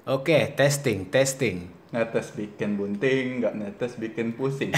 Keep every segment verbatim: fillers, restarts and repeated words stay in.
Oke, testing, testing. Ngetes bikin bunting, nggak ngetes bikin pusing.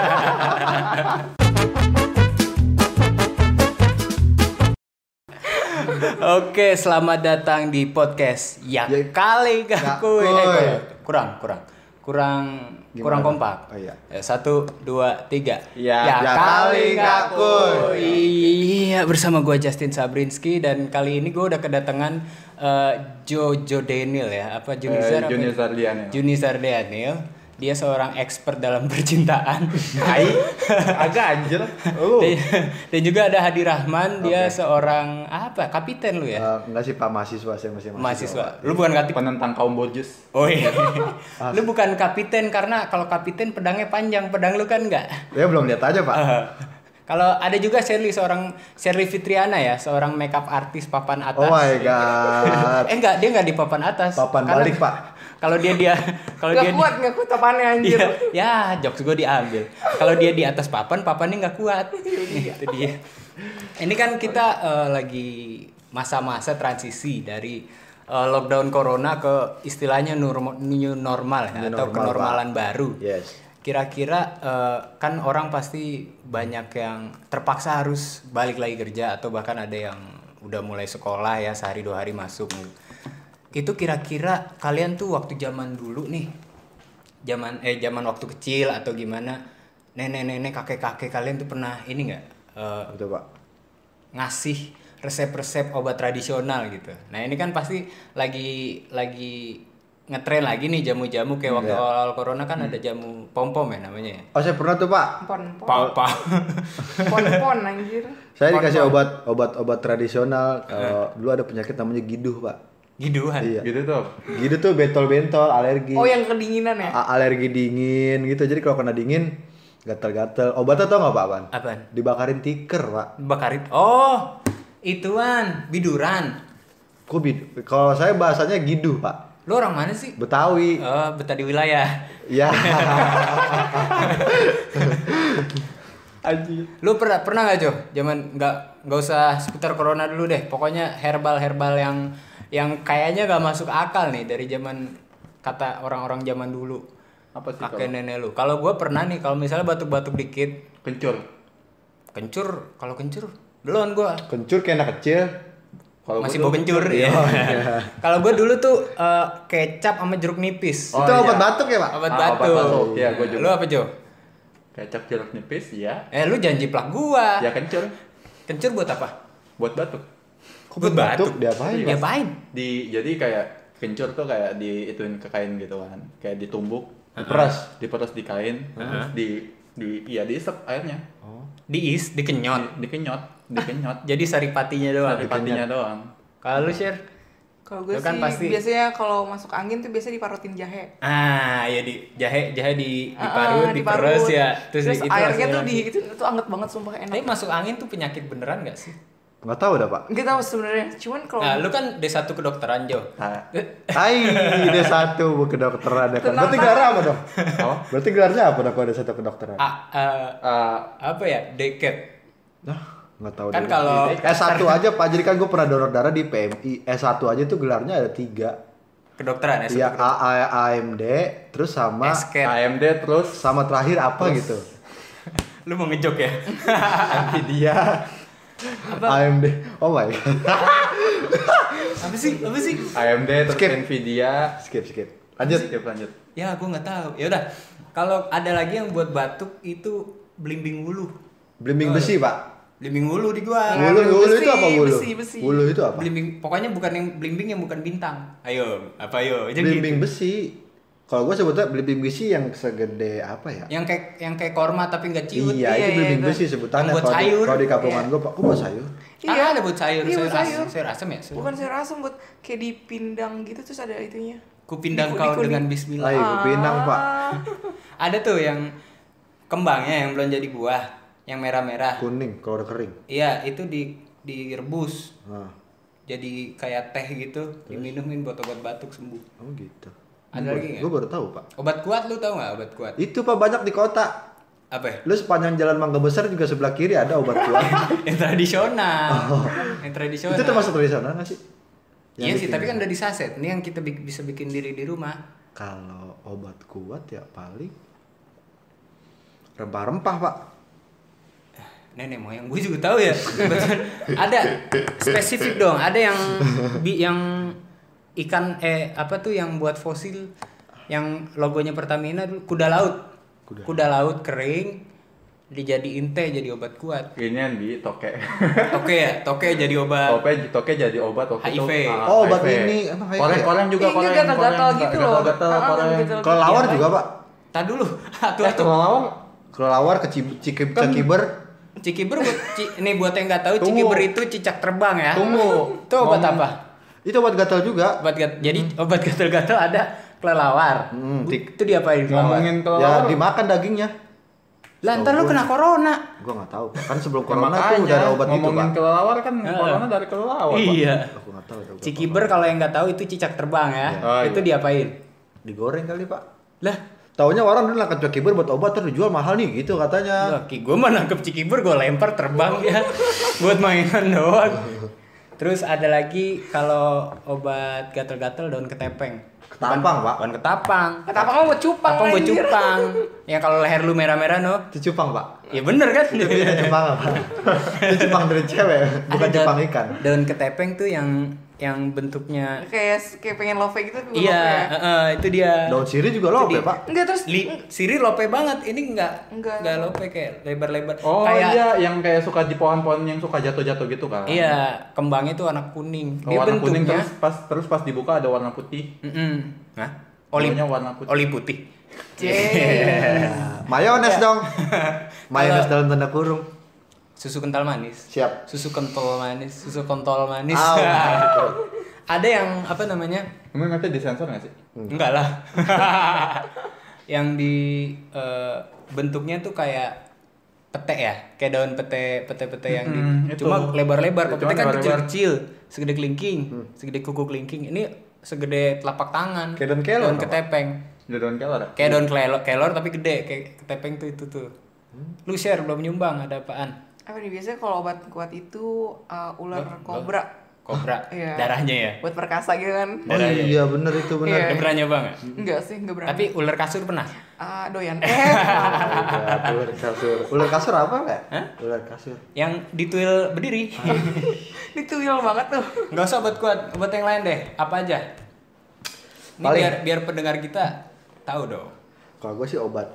Oke, selamat datang di podcast Ya, Ya, Kali Gak Gak Kuy. Eh, Kuy. kurang, kurang, kurang, Gimana? kurang kompak. Oh, iya. Ya, satu, dua, tiga. Ya, Ya Kali Gak Kuy. Iya, bersama gue Justin Sabrinski dan kali ini gue udah kedatangan eh, Jojo Daniel ya, apa Junizar? Eh, apa? Junizar Daniel. Junizar Daniel. Dia seorang expert dalam percintaan. Hai, agak anjir. Oh. Dan, dan juga ada Hadi Rahman, dia Oke. seorang apa? Kapiten lu ya? Eh, enggak sih Pak, mahasiswa saya masih Mahasiswa. Lu bukan kapiten. Penentang kaum bojus. Oh iya. Lu bukan kapiten karena kalau kapiten pedangnya panjang, pedang lu kan enggak. Ya belum lihat aja Pak. Eh, kalau ada juga Shirley, seorang Shirley Fitriana ya, seorang makeup artis papan atas. Oh my god. Eh enggak, dia enggak di papan atas. Papan Karena balik, Pak. Kalau dia dia kalau Gak dia kuat, gak kuat apaannya anjir. Iya, ya jokes gue diambil. Kalau dia di atas papan, papannya nggak kuat. Itu dia. Ini kan kita eh, lagi masa-masa transisi dari eh, lockdown corona ke istilahnya norm- new normal ya, New atau normal, kenormalan baru. Yes. Kira-kira eh, kan orang pasti banyak yang terpaksa harus balik lagi kerja atau bahkan ada yang udah mulai sekolah ya sehari dua hari masuk. Itu kira-kira kalian tuh waktu zaman dulu nih, zaman eh zaman waktu kecil atau gimana, nenek-nenek kakek-kakek kalian tuh pernah ini nggak eh, Betul Pak. ngasih resep-resep obat tradisional gitu. Nah ini kan pasti lagi lagi ngetren lagi nih jamu-jamu kayak waktu Iya. awal corona kan ada jamu pom-pom ya namanya ya. Oh saya pernah tuh Pak. Pon pon Papa. pon pon anjir. Saya dikasih Pon-pon. obat obat obat tradisional. Kalau dulu ada penyakit namanya giduh Pak. Giduhan. Iya. Gitu tuh. Giduh tuh bentol-bentol, alergi. Oh yang kedinginan ya? A- alergi dingin gitu. Jadi kalau kena dingin gatel-gatel. Obatnya tau nggak Pak Pan? Apaan? Dibakarin tiker Pak. Bakarit. Oh, ituan biduran. Kok bid- Kalau saya bahasanya giduh Pak. Lu orang mana sih? Betawi. Oh, betah di wilayah. Ya. Anjir. Lu pernah pernah nggak Jo? Zaman nggak nggak usah seputar corona dulu deh. Pokoknya herbal herbal yang yang kayaknya gak masuk akal nih dari zaman kata orang-orang zaman dulu. Apa sih Kakek kalau nenek lu. Kalau gue pernah nih kalau misalnya batuk-batuk dikit, kencur? kencur. Kalau kencur belum gue. Kencur kayak anak kecil. Kalau Masih gua bau tuh- kencur ya. Kalau gue dulu tuh eh, kecap sama jeruk nipis. Oh, Itu iya. obat batuk ya Pak? Obat Ah, batuk. obat batuk. Iya, gua juga. Lu apa Jo? Kecap jeruk nipis, ya. Eh lu jangan jiplak gua. Ya kencur. Kencur buat apa? Buat batuk. Kok Buat batuk. Diapain? Iya. Diapain? Di jadi kayak kencur tuh kayak diituin ke kain gitu kan. Kayak ditumbuk, Diperas. diperas di kain, terus di di iya diisep airnya. Oh. Diis, dikenyot. Di, dikenyot, dikenyot. Jadi saripatinya doang. Saripatinya doang. Kalau lu share? Kalau gue Lu kan sih pasti- biasanya kalau masuk angin tuh biasanya diparutin jahe. Ah, ya di jahe jahe di Ah, diparut, diperes diparut. ya. Terus, Terus, itu airnya hasilnya tuh di nanti. itu tuh anget banget sumpah Tapi enak. masuk angin tuh penyakit beneran gak sih? Nggak tahu dah Pak. Kita tahu sebenarnya, cuman kalau Nah, lu kan D satu kedokteran Jo. Nah, Hai, D satu bu kedokteran ya kan. Kenapa? Berarti gelarnya apa dong? apa? Berarti gelarnya apa dong kalau D satu kedokteran? Ah, eh, Eh, apa ya? Deket. Nah, nggak tahu Kan deh. kalau S satu aja Pak, jadi kan gue pernah donor darah di P M I. S satu aja tuh gelarnya ada tiga. kedokteran ya, Iya, A A A M D, terus sama Esket. A M D terus sama terakhir apa gitu? Lu mau ngejok ya? Nvidia. A M D. Oh my god. apa sih? Apa sih? A M D terus Skip. Nvidia. Skip skip. Lanjut. Skip lanjut. Ya, gua nggak tahu. Ya udah. Kalau ada lagi yang buat batuk itu belimbing wulu. Blimbing besi Pak. Belimbing wulu di gua. Nah, Wulu wulu besi, itu apa wulu? besi, besi. Wulu itu apa? Belimbing, pokoknya bukan yang belimbing yang bukan bintang. Ayo, apa ayo? Jadi Blimbing gitu. besi. Kalau gue sebutnya blimbing besi yang segede apa ya? Yang kayak yang kayak korma tapi nggak ciut. Iya, Iya, itu iya, blimbing itu. besi sebutannya. Yang buat Kalau di- sayur. Kalau di kampungan Iya. gue, Pak, kok buat sayur? Iya, ada buat sayur, Iya, sayur, buat sayur. asam, sayur asam ya. Sayur. Bukan sayur asam buat kayak dipindang gitu terus ada itunya. Kupindang Diku- kau diku- dengan di- bismillah. Ayo, gue pinang Pak. Ah. Ada tuh yang kembangnya yang belum jadi buah, yang merah-merah. Kuning kalau udah kering. Iya, itu di direbus. Nah, Jadi kayak teh gitu, diminumin buat obat batuk sembuh. oh gitu. Ada lagi nggak? Gue baru tahu Pak. Obat kuat lu tahu nggak obat kuat? Itu Pak banyak di kota. Apa ya? Lu sepanjang jalan Mangga Besar juga sebelah kiri ada obat kuat. Yang tradisional. Yang tradisional. Itu termasuk tradisional nggak sih? Iya Yang sih, bikin- tapi kan udah di saset. Ini yang kita bi- bisa bikin diri di rumah. Kalau obat kuat ya paling rempah-rempah, Pak. Nenek moyang gue juga tahu ya. Betul. Ada spesifik dong. Ada yang bi yang ikan eh apa tuh yang buat fosil yang logonya Pertamina dulu kuda laut. Kuda. Kuda, laut kering dijadiin teh jadi obat kuat. Inian bi toke. Oke ya, toke jadi obat. Toke toke jadi obat waktu H I V. itu. ah, Oh, obat H I V. ini, emang H I V Koreng ya? koreng juga Iya, koreng. gatal-gatal koreng, gitu loh. Gatal-gatal Ah, koreng. gatal-gatal. Kelelawar Iya, juga, Pak. Pak. Tak dulu. Atuh Eh atuh. kelelawar Kelelawar ke Ciki- Cikiber. Cikiber buat ci, ini buat yang nggak tahu Tunggu. Cikiber itu cicak terbang ya. tunggu. Itu obat Ngomong- apa? Itu obat gatal juga. Obat gat, jadi obat gatal-gatal ada kelelawar. Hmm, Bu- tik- itu diapain? Ngomongin Ya kelelawar. dimakan dagingnya. Lah ntar lu kena corona. Gua nggak tahu, Pak. Kan sebelum Ya, corona tuh makanya, udah ada obat itu, Pak. ngomongin kelelawar kan Heeh. corona dari kelelawar, Pak. Iya. Aku nggak tahu. ada obat Cikiber kalau yang nggak tahu itu cicak terbang ya. Oh, itu iya. diapain? apa. Digoreng kali, Pak. Lah, Taunya orang dulu nangkep Cikiber buat obat terus dijual mahal nih gitu katanya. laki gue mah nangkep Cikiber gue lempar terbang dia buat mainan doang. Terus ada lagi kalau obat gatel-gatel daun ketepeng. Ketapang, Pak. Bukan ketapang. Kata apa kamu buat cupang? Apa buat anjir. cupang? Ya kalau leher lu merah-merah no. Itu cupang, Pak. Ya bener kan? Itu beda cupang apa? Itu cupang dari cewek, bukan Ada cupang daun- ikan. Daun ketepeng tuh yang yang bentuknya Kayak kayak pengen love gitu tapi iya, lope ya. heeh, itu dia. Daun sirih juga lope, Itu di- Pak. Enggak terus Li, siri lope banget. Ini enggak Enggak. enggak lope kayak lebar-lebar. Oh kayak iya, yang kayak suka di pohon-pohon yang suka jatuh-jatuh gitu kan. Iya, kembangnya tuh warna kuning. Oh, Dia warna kuning bentuknya terus pas terus pas dibuka ada warna putih. Mm-mm. Hah? Oli Bawahnya warna putih. oli putih. Nah, mayones dong. Mayones Kalau- dalam tanda kurung. Susu kental manis. Siap. Susu kental manis, susu kontol manis. Au. Ada yang apa namanya? Emang nanti disensor nggak sih? Enggak lah. Yang di eh, bentuknya tuh kayak pete ya, kayak daun pete, pete-pete yang di, Mm-mm, itu. cuma lebar-lebar. Kalau Cuma pete kan lebar-lebar. kecil-kecil, segede kelingking, segede kuku kelingking. Ini segede telapak tangan. Kayak daun kelor, Daun apa? ketepeng. Ada daun kelor. ya? Kayak daun kelor, kelor tapi gede, kayak ketepeng tuh itu tuh. Lu share belum nyumbang ada apaan? apa nih biasanya kalau obat kuat itu uh, ular kobra Kobra. Iya. Darahnya ya. buat perkasa gitu kan. Oh Darahnya. iya bener itu Iya. bener. Udah pernah nyoba nggak? Enggak sih, enggak berani. Tapi ular kasur pernah? Ah, doyan. Eh, Ya, ular kasur. Ular kasur apa enggak? Hah? Ular kasur. Yang dituil berdiri. dituil banget tuh. Nggak usah obat kuat, obat yang lain deh. Apa aja? Ini Paling- biar biar pendengar kita tahu dong. Kalau gue sih obat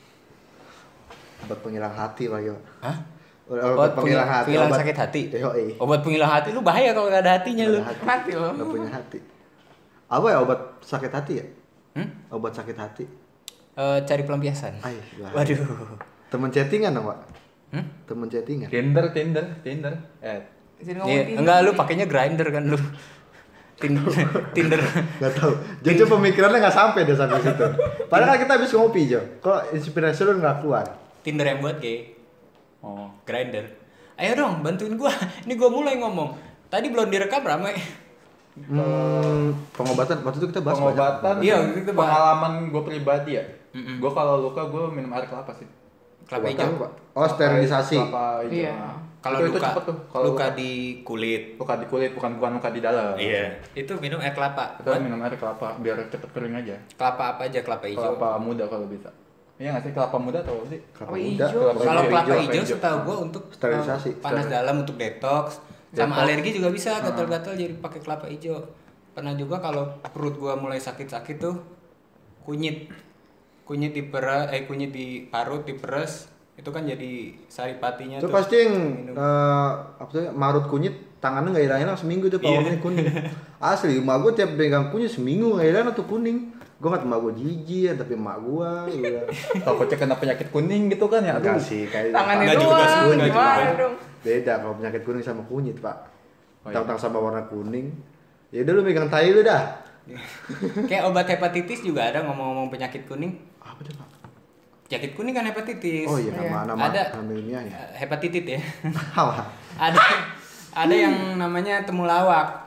obat penghilang hati Pak Yo. Hah? Obat penghilang hati. penghilang obat- sakit hati. Yoi. Obat penghilang hati lu bahaya kalau nggak ada hatinya lu. Nggak ada hati. Mati lo. Nggak punya hati. Apa ya obat sakit hati ya? Hmm? Obat sakit hati. Eh, cari pelampiasan. Ay, bahaya. Waduh. Temen chattingan dong, Pak. Hmm? Temen chattingan. Tinder, Tinder, Tinder. Eh, Jadi Iya, ngomongin enggak lu pakainya grinder kan lu. Tinder. Tinder. Gak tau. Jojo pemikirannya nggak sampai deh sampai situ. Padahal kita habis ngopi Jo. Kok inspirasi lu nggak keluar? Tinder yang buat gay. oh. Grinder. Ayo dong, bantuin gua. Ini gua mulai ngomong. Tadi belum direkam rame. Hmm, pengobatan waktu itu kita bahas banyak. Pengobatan. Iya, itu bahas. pengalaman gue pribadi ya. Mm-mm. Gue kalau luka gue minum air kelapa sih. Kelapa Pengobatan, hijau. Pak. Oh, sterilisasi. Kelapa hijau. Iya. Kalau itu, itu luka, cepet tuh. Kalau luka luka, di kulit. luka di kulit bukan bukan luka di dalam. Itu minum air kelapa. Itu minum air kelapa biar cepet kering aja. Kelapa apa aja? Kelapa hijau. Kelapa muda kalau bisa. Iya nggak sih kelapa muda atau apa sih? Kelapa Oh, muda. hijau. kelapa Kalau hijau, kelapa hijau, hijau hijau. setahu gua untuk Sterilisasi. eh, panas dalam untuk detox, sama Detox. alergi juga bisa gatal-gatal jadi pakai kelapa hijau. Pernah juga kalau perut gua mulai sakit-sakit tuh kunyit. Kunyit diperes eh kunyit diparut, diperes, itu kan jadi saripatinya Itu tuh. pasti yang minum. eh, apa tuh marut kunyit tangannya nggak hilang-hilang seminggu tuh Iya. powernya kuning. Asli, emak gue tiap pegang kunyit seminggu nggak hilang tuh kuning. Gue nggak emak gue jijik ya, tapi emak gue udah Takutnya kena penyakit kuning gitu kan ya? enggak Aduh. sih kayak Tangannya Nggak juga doang. sih, nggak juga. Gimana dong? beda kalau penyakit kuning sama kunyit pak. Oh, iya. Tentang sama warna kuning. Ya udah lu megang tai lu dah. Kayak obat hepatitis juga ada ngomong-ngomong penyakit kuning. Apa tuh pak? Penyakit kuning kan hepatitis. Oh iya Iya. nama nama Ada. nama ilmiahnya. Eh, Hepatitit ya. Apa? ada ada yang namanya temulawak.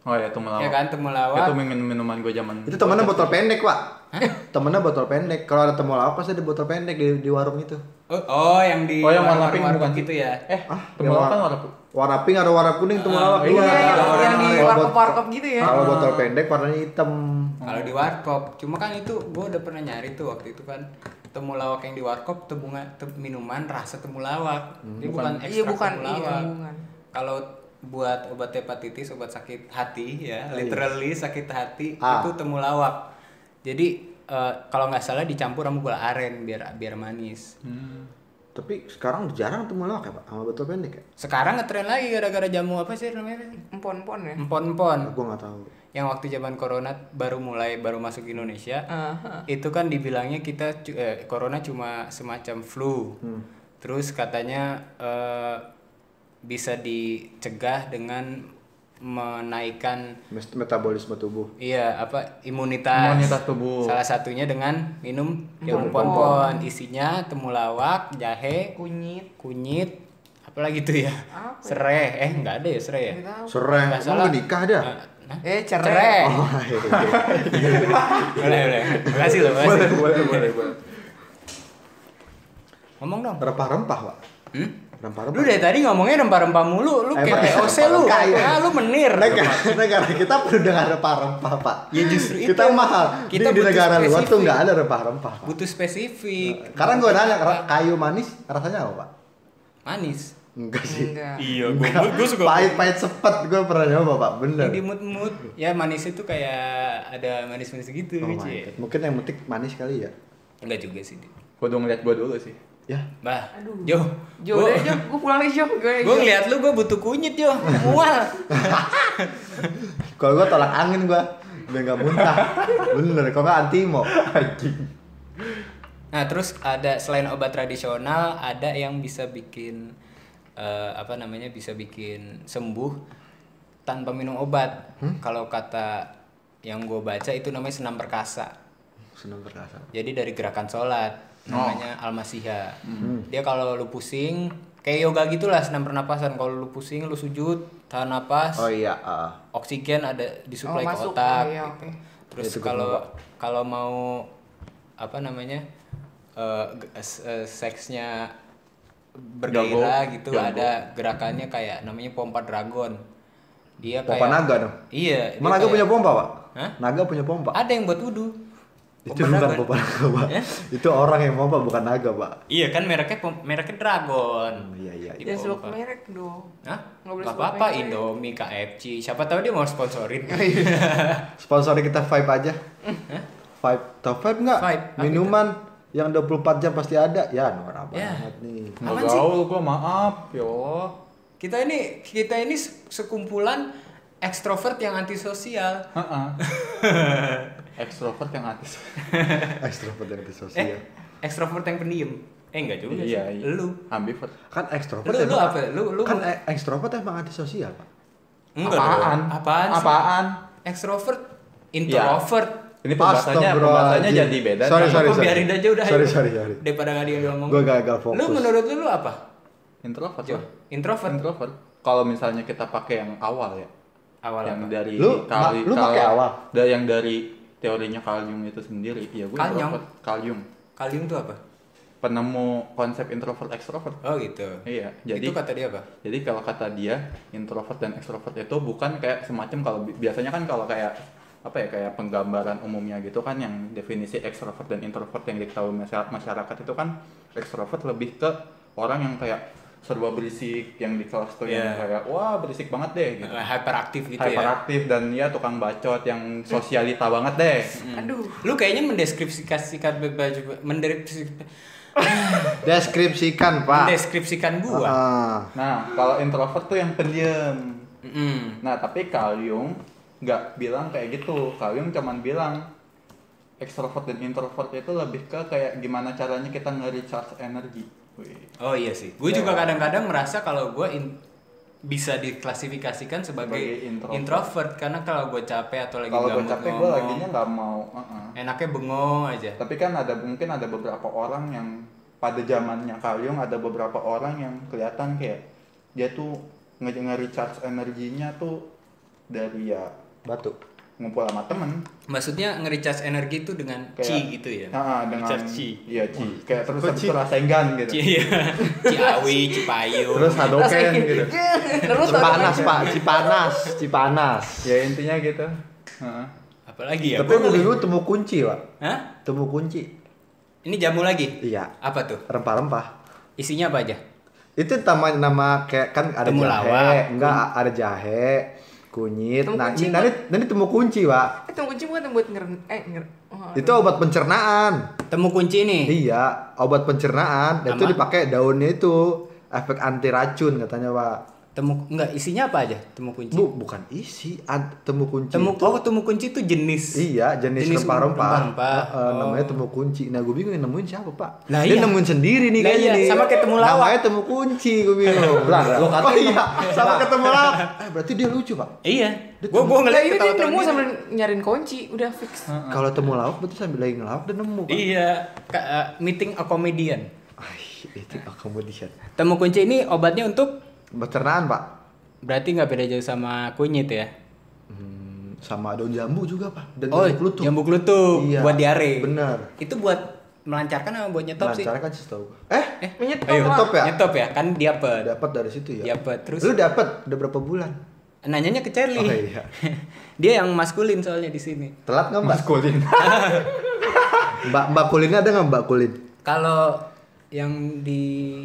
Oh ya temulawak. Ya kan temulawak. Itu minum minuman gue zaman. Itu temennya botol pendek, Pak. Temennya botol pendek. Kalau ada temulawak pasti ada botol pendek di di warung itu. Oh, oh yang di Oh, yang warna pink warung-warung bukan? gitu ya. Eh, Ah, temulawak yang kan warna- warna putih. Warna pink ada warna kuning temulawak. iya, Iya, ada yang, warna- yang di Kalau warkop-warkop gitu ya. Kalau botol pendek warnanya hitam. Kalau di warkop, cuma kan itu gue udah pernah nyari tuh waktu itu kan temulawak yang di warkop tebunga te- minuman rasa temulawak. Dia bukan, Bukan. ekstrak Iya bukan, iya temulawak. bukan. Kalau buat obat hepatitis, obat sakit hati ya, Ah, iya. literally sakit hati Ah. itu temulawak. Jadi eh, kalau nggak salah dicampur sama gula aren biar biar manis. Hmm. Tapi sekarang jarang temulawak ya, Pak, sama botol pendek ya? Sekarang ngetren lagi gara-gara jamu apa sih namanya? Empon-empon ya. Empon-empon. Gua nggak tahu. Yang waktu zaman corona baru mulai baru masuk Indonesia. Aha. Itu kan dibilangnya kita cu- eh, corona cuma semacam flu. Hmm. Terus katanya eh, bisa dicegah dengan menaikkan Mes- Metabolisme tubuh. iya apa imunitas. Imunitas tubuh. Salah satunya dengan minum jamu Empon-empon. pon-pon. Isinya temulawak, jahe, Kunyit. kunyit, apalagi tuh ya? Apa ya? Serai. Eh enggak ada ya serai ya? Nggak tahu. Serai, Nggak emang salah. udah nikah dah? Hah? Eh cerai. Cerai. Oh, iya. Boleh, boleh. Makasih loh, makasih. boleh, boleh, boleh, boleh. Ngomong dong. Rempah-rempah, Pak. Hmm? Rempah-rempah. Lu dari tadi ngomongnya rempah-rempah mulu, lu Emang kayak P O C lu. kaya. Ah, lu menir. Negara, negara kita perlu dengan rempah-rempah, Pak. Ya justru itu. Kita mahal. Kita di, di butuh negara luar tuh spesifik. nggak ada rempah-rempah, Pak. Butuh spesifik. Sekarang gue nanya, ra- kayu manis rasanya apa, Pak? Manis. Enggak sih. Enggak. Iya, Enggak. Pahit-pahit sepet gue pernah nyoba, Pak. Bener. Yang di mood-mood. Ya manis itu kayak ada manis-manis gitu, Oh my Ci. God. Mungkin yang penting manis kali ya. Enggak juga sih. Di. Kudu ngeliat gue dulu sih. Ya. Bah, Aduh. Jo. Jo, udah Jo, gue pulang nih Jo. Gue Gue ngeliat lu, gue butuh kunyit, Jo. Mual. Kalau gue tolak angin gue, biar nggak muntah. Bener. Kalau nggak antimo. Nah, terus ada selain obat tradisional, ada yang bisa bikin eh, apa namanya? Bisa bikin sembuh tanpa minum obat. Kalau kata yang gue baca itu namanya senam perkasa. Senang berkasa. Jadi dari gerakan sholat namanya Al-Masihah. Dia kalau lu pusing kayak yoga gitulah senam pernapasan. Kalau lu pusing lu sujud, tahan napas, Oh iya. ah. oksigen ada disuplai Oh, ke masuk. otak. Oh, iya, gitu. oke. Terus Itu kalau gua kalau mau apa namanya eh, ge- s- eh, seksnya bergairah Jago, gitu jago. ada gerakannya kayak namanya pompa dragon. Dia Pompa kayak naga dong. Iya. Emang dia naga kayak- punya pompa, Pak? Hah? Naga punya pompa. Ada yang buat wudhu. Itu Pompa bukan dragon. pompa naga, Pak. Ya? Itu orang yang pompa, bukan naga, Pak. Iya kan mereknya pom- mereknya dragon. Oh, iya, iya, Di iya. Ya sebut pompa. merek dong. Hah? Nggak boleh Gak sebut apa-apa, merek. Indomie, K F C. Siapa tahu dia mau sponsorin. Sponsori kita Vibe aja. Vibe. Tau Vibe nggak? Vibe, apa Minuman yang dua puluh empat jam pasti ada. Ya, norak Ya. banget nih. Nggak Aman sih. gaul gue maaf. Ya Allah. Kita ini kita ini se- sekumpulan ekstrovert yang antisosial. Heeh. Ekstrovert yang anti. Ekstrovert yang Eh, antisosial. ekstrovert yang pendiam. Eh enggak juga sih. Iya, iya. Lu. Ambivert. Kan ekstrovert Lu lu emang- apa? Lu lu Kan e- ekstrovert emang antisosial, Pak. enggak Apaan? dong. Apaan sih? Apaan? Ekstrovert, introvert. Ini pembahasannya Astagfirullahaladzim. pembahasannya jadi beda. Sorry, nih. sorry, Apa sorry. biarin aja udah. Sorry, ayo. sorry, sorry. Daripada enggak dia ngomong. Gue gagal fokus. Lu menurut lu, lu apa? Introvert. Jo, lah. introvert. Introvert. Kalau misalnya kita pakai yang awal ya. Awal yang apa? dari Lu- kali ma- lu pakai kal- awal? da- yang dari teorinya Carl Jung itu sendiri. Iya, gue Carl Jung? introvert. Carl Jung. Kalium tuh apa? Penemu konsep introvert ekstrovert. Oh gitu. Iya, jadi Itu kata dia apa? Jadi kalau kata dia introvert dan ekstrovert itu bukan kayak semacam kalau bi- biasanya kan kalau kayak apa ya kayak penggambaran umumnya gitu kan yang definisi ekstrovert dan introvert yang diketahui masya- masyarakat itu kan ekstrovert lebih ke orang yang kayak serba berisik yang di kelas tuh yang Iya. kayak wah berisik banget deh gitu. Eh, hyperaktif gitu ya. Hyperaktif dan ya tukang bacot yang sosialita banget deh. Aduh. Lu kayaknya mendeskripsikan baju mendeskripsikan, Deskripsikan, Pak. mendeskripsikan gua. Ah. Nah, kalau introvert tuh yang pendiam. Mm. Nah, tapi Carl Jung nggak bilang kayak gitu. Carl Jung cuman bilang ekstrovert dan introvert itu lebih ke kayak gimana caranya kita nge-recharge energi. Wih. Oh iya sih. Gue juga kadang-kadang merasa kalau gue in- bisa diklasifikasikan sebagai, Sebagai introvert. introvert. Karena kalau gue capek atau lagi Kalau nggak gue mood capek gue ngomong, laginya nggak mau. uh-uh. enaknya bengong aja. Tapi kan ada mungkin ada beberapa orang yang pada zamannya Carl Jung ada beberapa orang yang kelihatan kayak dia tuh nge- nge-recharge energinya tuh dari ya Batu. ngumpul sama temen. Maksudnya nge-recharge energi itu dengan Kayak- ci gitu ya? Ah, dengan Recharge ci. iya ci. Kayak terus Kok habis ci? itu Rasengan gitu. Ci, iya. Ciawi, Cipayung. Terus Hadoken gitu. Terus Cipanas pak, Cipanas, Cipanas. Ya intinya gitu. Heeh. Apalagi ya? Tapi Gua mobil ngeliat- gue temu kunci pak, Hah? temu kunci. Ini jamu lagi? Iya, Apa tuh? rempah-rempah. Isinya apa aja? Itu nama nama kayak kan ada Temulawak. jahe, enggak ada jahe, kunyit. Temu Nah, kunci ini nanti nanti temu kunci pak. Eh, temu kunci bukan buat nger eh nger. Oh, Itu obat pencernaan. Temu kunci nih. Iya, obat pencernaan. Dan itu Sama? dipakai daunnya itu efek anti racun katanya pak. Temu enggak isinya apa aja? Temu kunci. Bu, bukan isi, ad, temu kunci. Temu itu- oh temu kunci itu jenis. Iya, jenis, Jenis rempah-rempah. rempah-rempah. Eh, eh, Oh. Namanya temu kunci. Nah, gue bingung yang nemuin siapa, Pak? Lah Dia iya. nemuin sendiri nih Lah kayaknya iya, nih. sama kayak temulawak. Namanya temu kunci, gue bingung. Lah, lo kata oh iya, sama ketemu lawak. Eh, berarti dia lucu, Pak. Iya. Gua gua Lah ngeliat ini dia ketawa-tawa nemu gitu. sambil nyariin kunci, udah fix. Kalau temu lawak berarti sambil lagi ngelawak dia nemu, Pak. Iya, Ka- uh, meeting a comedian. Ay, itu accommodation. Temu kunci ini obatnya untuk Pencernaan, Pak. berarti nggak beda jauh sama kunyit ya? Hmm, sama daun jambu juga, Pak. Dan Oh, jambu klutuk. jambu klutuk Iya, buat diare. bener. Itu buat melancarkan apa buat nyetop sih? Lancar kan sih tahu. Eh, Eh, Menyetop ayo. lah. Nyetop ya? Nyetop ya, kan diapet. dapat dari situ ya. Diapet terus. Lu dapat udah berapa bulan? Nanyanya ke Charlie. Oh, iya. Dia yang maskulin soalnya di sini. Telat nggak, Mbak? Maskulin. Mbak Mbak Kulin ada nggak Mbak Kulin? Kalau yang di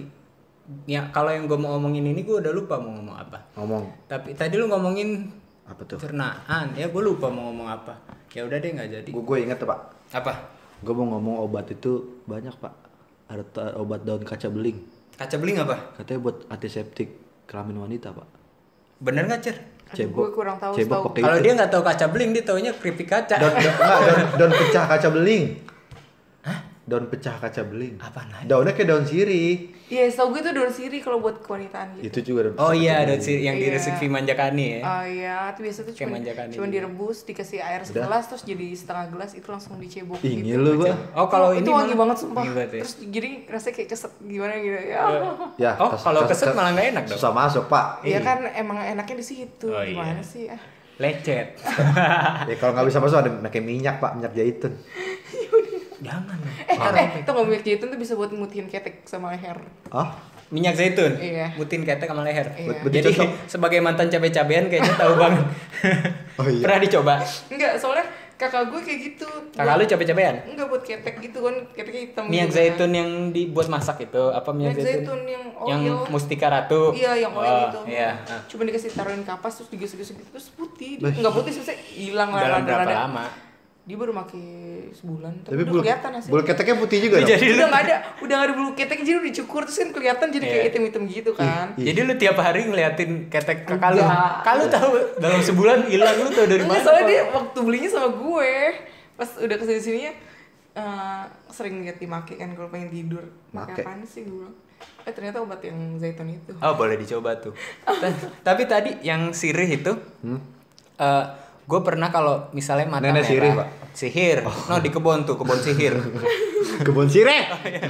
ya kalau yang gue mau ngomongin ini gue udah lupa mau ngomong apa. Ngomong Tapi tadi lu ngomongin apa tuh? pencernaan, ya gue lupa mau ngomong apa. Ya udah deh nggak jadi. Gue gue inget tuh, Pak. Apa? Gue mau ngomong obat itu banyak, Pak. Ada ta- obat daun kaca beling. Kaca beling apa? Katanya buat antiseptik kelamin wanita, Pak. Bener nggak Cer? Aduh, gue kurang tahu, Cebok setahu. pakai Kalau itu. dia nggak tahu kaca beling, dia taunya keripik kaca. daun, daun, enggak, daun, daun pecah kaca beling. Hah? Daun pecah kaca beling. Apaan lagi? Daunnya kayak daun sirih. Iya, setahu gue itu daun sirih kalau buat kewanitaan gitu. Itu juga daun Oh pecah iya, kaca ada beling. si yang di Iya. resep Manjakani ya. Oh iya, itu biasa tuh Kayak cuma manjakan cuma ini. direbus, dikasih air segelas terus jadi setengah gelas itu langsung dicebok Ih, gitu. ngilu gua. Oh kalau itu ini wangi malah- banget sumpah. wangi banget ya. Terus jadi rasanya kayak keset gimana gitu ya. Ya, Oh, kes- kalau kes- keset kes- malah nggak enak dong. Susah masuk, Pak. Iya kan emang enaknya di situ. Oh, Gimana iya. sih? Ah. Lecet. Ya kalau nggak bisa masuk ada pakai minyak, Pak, minyak zaitun. Jangan. Eh, eh, itu nggak minyak zaitun tuh bisa buat mutihin ketek sama leher. Oh, Minyak zaitun. Iya. Mutin ketek sama leher. Iya. Buat Jadi dicocok. sebagai mantan cabe-cabean kayaknya tahu banget. Oh, iya. Pernah dicoba? Enggak, soalnya kakak gue kayak gitu. Kakak lu cabe-cabean? Enggak buat ketek gitu kan, keteknya hitam. Minyak gitu kan. zaitun yang dibuat masak itu apa minyak, Minyak zaitun yang oil. Yang mustika ratu. Iya, yang oil Oh, itu. Iya. ah. Cuma dikasih taruhin kapas terus digesek-gesek gitu terus putih. Bah. Enggak putih sih, hilang lah Dalam berapa rada-rada. lama? Dia baru pakai sebulan, tapi, tapi udah bulu, kelihatan hasilnya. bulu keteknya putih juga dong. Jadi udah lu, nggak ada, udah nggak ada bulu ketek jadi udah dicukur terus kan kelihatan jadi kayak Iya. hitam-hitam gitu kan. jadi lu tiap hari ngeliatin ketek kakak lu. Enggak. Kalau tahu dalam sebulan hilang lu tahu dari Enggak, mana? soalnya Pak? dia waktu belinya sama gue pas udah kesini sininya eh, sering lihat dimake kan kalau pengen tidur. Make. Make apaan sih gue bilang. Eh ternyata obat yang zaitun itu. Oh boleh dicoba tuh. Ta- Tapi tadi yang sirih itu, Hmm? gue pernah kalau misalnya mata Nenek merah, sirih, Pak? sihir, no di kebun tuh kebun sihir. Kebun sirih.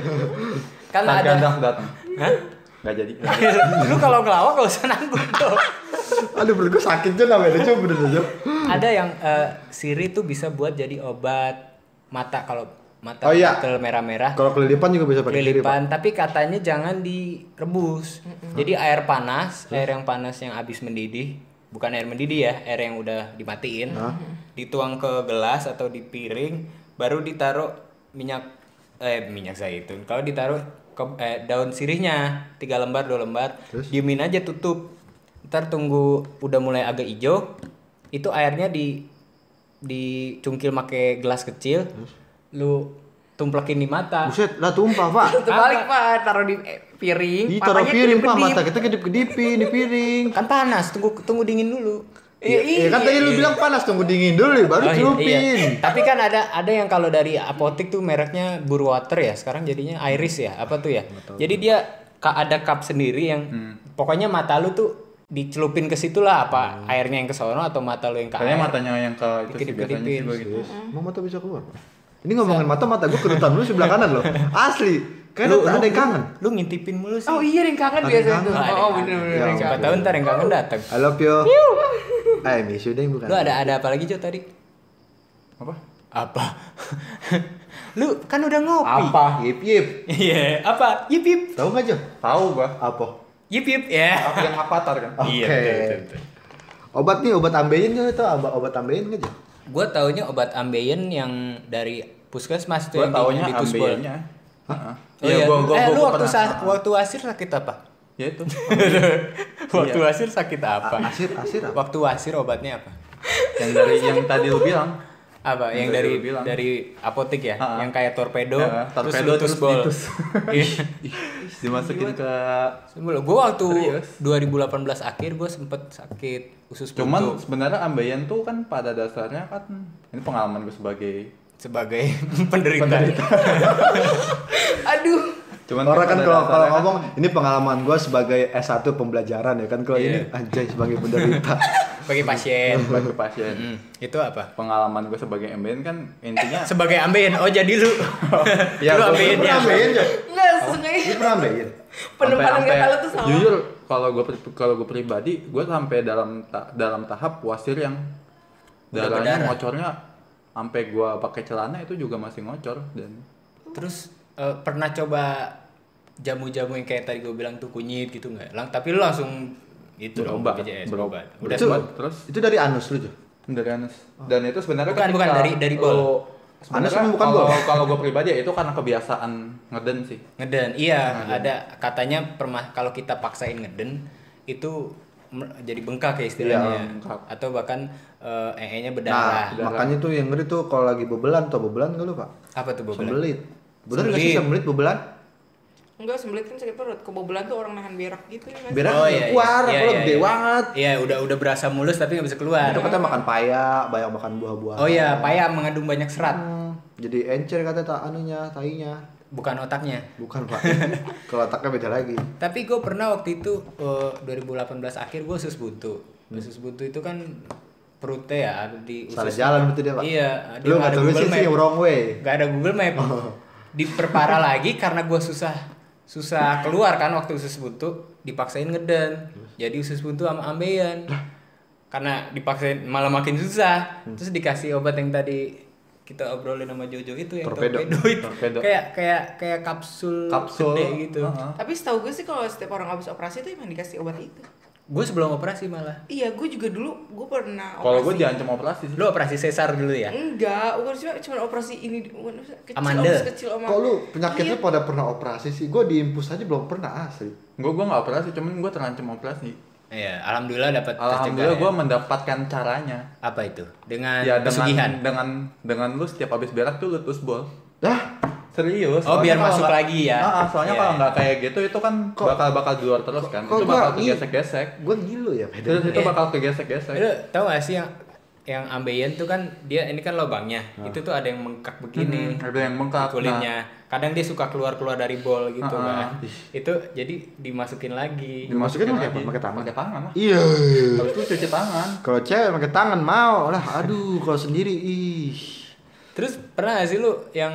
Kan Nanti ada. Anda datang. Hah? Nggak jadi. Lu kalau ngelawak gak usah nanggung tuh. Aduh, perut gue sakit tuh namanya coba bener aja. Ada yang eh, sirih tuh bisa buat jadi obat mata kalau mata Oh, iya. gatel merah-merah. Kalau kelilipan juga bisa pakai sirih, Pak. Kelilipan, tapi katanya jangan direbus. Jadi air panas, air yang panas yang habis mendidih, bukan air mendidih ya, air yang udah dimatiin, Hah? dituang ke gelas atau di piring, baru ditaruh minyak eh minyak zaitun. Kalau ditaruh ke, eh, daun sirihnya tiga lembar dua lembar, Terus? diemin aja tutup. Ntar tunggu udah mulai agak hijau, itu airnya di dicungkil pakai gelas kecil, lu tumplekin di mata. Buset, lah tumpah, Pak. Terbalik pak, taruh di eh, piring. Ih, taruh matanya piring, Pak. kedip-kedip. Mata kita kedip-kedipin di piring. Kan panas, tunggu tunggu dingin dulu. Iya, Ya kan tadi lu bilang panas, tunggu dingin dulu, baru Oh, iya, celupin. iya. Tapi kan ada ada yang kalau dari apotik tuh mereknya Burwater ya, sekarang jadinya Iris ya, apa tuh ya? Jadi dia ka- ada cup sendiri yang pokoknya mata lu tuh dicelupin ke situ lah, apa airnya yang ke sono atau mata lu yang ke Kayaknya air. matanya yang ke itu sih biasanya sih Dikedip-kedipin. gua gitu. Mau mata bisa keluar, Pak. Ini ngomongin mata, mata gue kerutan dulu sebelah kanan loh. Asli. Kayaknya Lu- ada lu- yang kangen. Lu ngintipin mulu sih. Oh iya yang kangen Ada biasa yang itu. kangen. ada Oh yang bener bener. Ya, yang Siapa kangen. tahu ntar yang kangen datang. I love you. Ah, misu deh bukan. Lu ada ada apa lagi Jo tadi? Apa? Apa? Lu kan udah ngopi. Apa? Yip yip. Iya, apa? Yip yip. Tahu nggak Jo? Tahu gua. Apa? Yip yip ya. Yang Avatar kan. Oke. Iya, betul, betul, betul. Obat nih, obat ambeien Jo itu obat obat ambeien nggak Jo? Gue taunya obat ambeien yang dari puskesmas tuh Gua yang di- taunya di Tusbol. ambeien-nya. Heeh. Oh iya, gua gua eh gua lu gua waktu pernah. sa- waktu asir sakit apa? Ya itu. Waktu Iya. asir sakit apa? A- Asir asir apa? Waktu asir obatnya apa? Yang dari yang tadi lu bilang. Apa? Yang Yang dari tadi lu bilang. dari apotek ya? Ha-ha. Yang kayak torpedo, Ya, torpedo lu terus tusbol. ditus. Iya. Dimasukin ke Gue waktu Serius? dua ribu delapan belas akhir gue sempet sakit usus buntu Cuman sebenarnya ambeien tuh kan pada dasarnya kan ini pengalaman gue sebagai sebagai penderita. Aduh. cuman Orang kan pada kalau kalau dasarnya ngomong ini pengalaman gue sebagai S satu pembelajaran ya kan kalau Iya. ini anjay sebagai penderita. Sebagai pasien. sebagai pasien Mm, itu apa? pengalaman gue sebagai ambeien kan intinya Sebagai ambeien. Oh jadi lu. Ya, lu gua- ambeien Lu ya. pernah ambeien Jo? Enggak, sesungguhnya Lu pernah ambeien? penempalan sampai- kata lu tuh sama. jujur kalau gue kalau gue pribadi gue sampai dalam ta- dalam tahap wasir yang Udah darahnya berdarah. ngocornya sampai gue pakai celana itu juga masih ngocor dan Terus eh, pernah coba jamu-jamu yang kayak tadi gue bilang tuh kunyit gitu nggak? Lang tapi lu langsung itu dong Berobat, B P J S berobat. berobat. Udah Itu, sempat. terus itu dari anus lu Jo? dari anus dan itu sebenarnya Bukan, bukan, ketika dari- dari bol. lu- sebenarnya Anus memang bukan kalau bol. kalau gue pribadi ya itu karena kebiasaan ngeden sih. Ngeden. Iya, Ngeden. ada katanya perma kalau kita paksain ngeden itu mer- jadi bengkak ya istilahnya. Iya, bengkak. Atau bahkan eh ee-nya Nah, berdarah. Berdarah. makanya tuh yang ngeri tuh kalau lagi bebelan tuh bebelan nggak lu Pak? Apa tuh bebelan? Sembelit. Bener nggak sih Sembelit. sembelit bebelan? Enggak, sembelit kan sakit perut. Kebobolan tuh orang nahan berak gitu ya. Mas. Berak Oh, iya, iya. keluar, Iya, kalau iya, gede iya. banget. Iya, udah udah berasa mulus tapi nggak bisa keluar. Itu katanya makan paya, banyak makan buah-buahan. Oh iya, paya mengandung banyak serat, Hmm, jadi encer katanya tak anunya, tainya. bukan otaknya. Bukan Pak. Kalau otaknya beda lagi. Tapi gue pernah waktu itu eh, dua ribu delapan belas akhir gue usus buntu. Usus buntu itu kan perutnya ya ada di usus. Salah jalan berarti dia Pak. Iya, dia Lu nggak nggak ada tulis Google sih Map. wrong way. Gak ada Google Map. Diperparah lagi karena gue susah susah keluar kan waktu usus buntu, dipaksain ngeden. Jadi usus buntu sama ambeien. Karena dipaksain malah makin susah. Terus dikasih obat yang tadi kita obrolin sama Jojo itu yang Torpedo. torpedo, itu. Torpedo. Kayak kayak kayak kapsul, Kapsul. gede gitu. Heeh. Tapi setahu gue sih kalau setiap orang habis operasi tuh emang dikasih obat itu. Gue sebelum operasi malah. Iya, gue juga dulu gue pernah operasi. Kalau gue diancam operasi sih. Lu operasi sesar dulu ya? Enggak, bukan cuma cuma operasi ini bukan kecil, Amanda. operasi kecil sama. Kok lu penyakitnya Iya. pada pernah operasi sih? Gue diimpus aja belum pernah asli. Gue gue nggak operasi, cuman gue terancam operasi. Iya, alhamdulillah dapat Alhamdulillah gue tercegah ya. mendapatkan caranya. Apa itu? Dengan Ya dengan pesugihan. dengan dengan lu setiap habis berak tuh lu tusbol. Dah, Serius. Oh, soalnya biar kalau masuk nggak- lagi ya. Nah, soalnya Iya, kalau iya. nggak kayak gitu itu kan Kok- bakal bakal di luar terus kan. kok Itu gua bakal ngi- kegesek-gesek. gue ngilu ya beda. Terus itu Iya. bakal kegesek-gesek. Lu tahu gak sih yang yang ambeien tuh kan dia ini kan lubangnya. Itu tuh ada yang mengkak begini. Hmm, ada yang bengkak. di kulitnya. Kadang dia suka keluar-keluar dari bol gitu Ah, kan. Itu jadi dimasukin lagi. Dimasukin pakai apa? lagi. Pakai tangan? Pakai tangan lah. Iya. Habis itu cuci tangan. Kalau cewek pakai tangan mau lah. Aduh, kalau sendiri ih. Terus pernah gak sih lu yang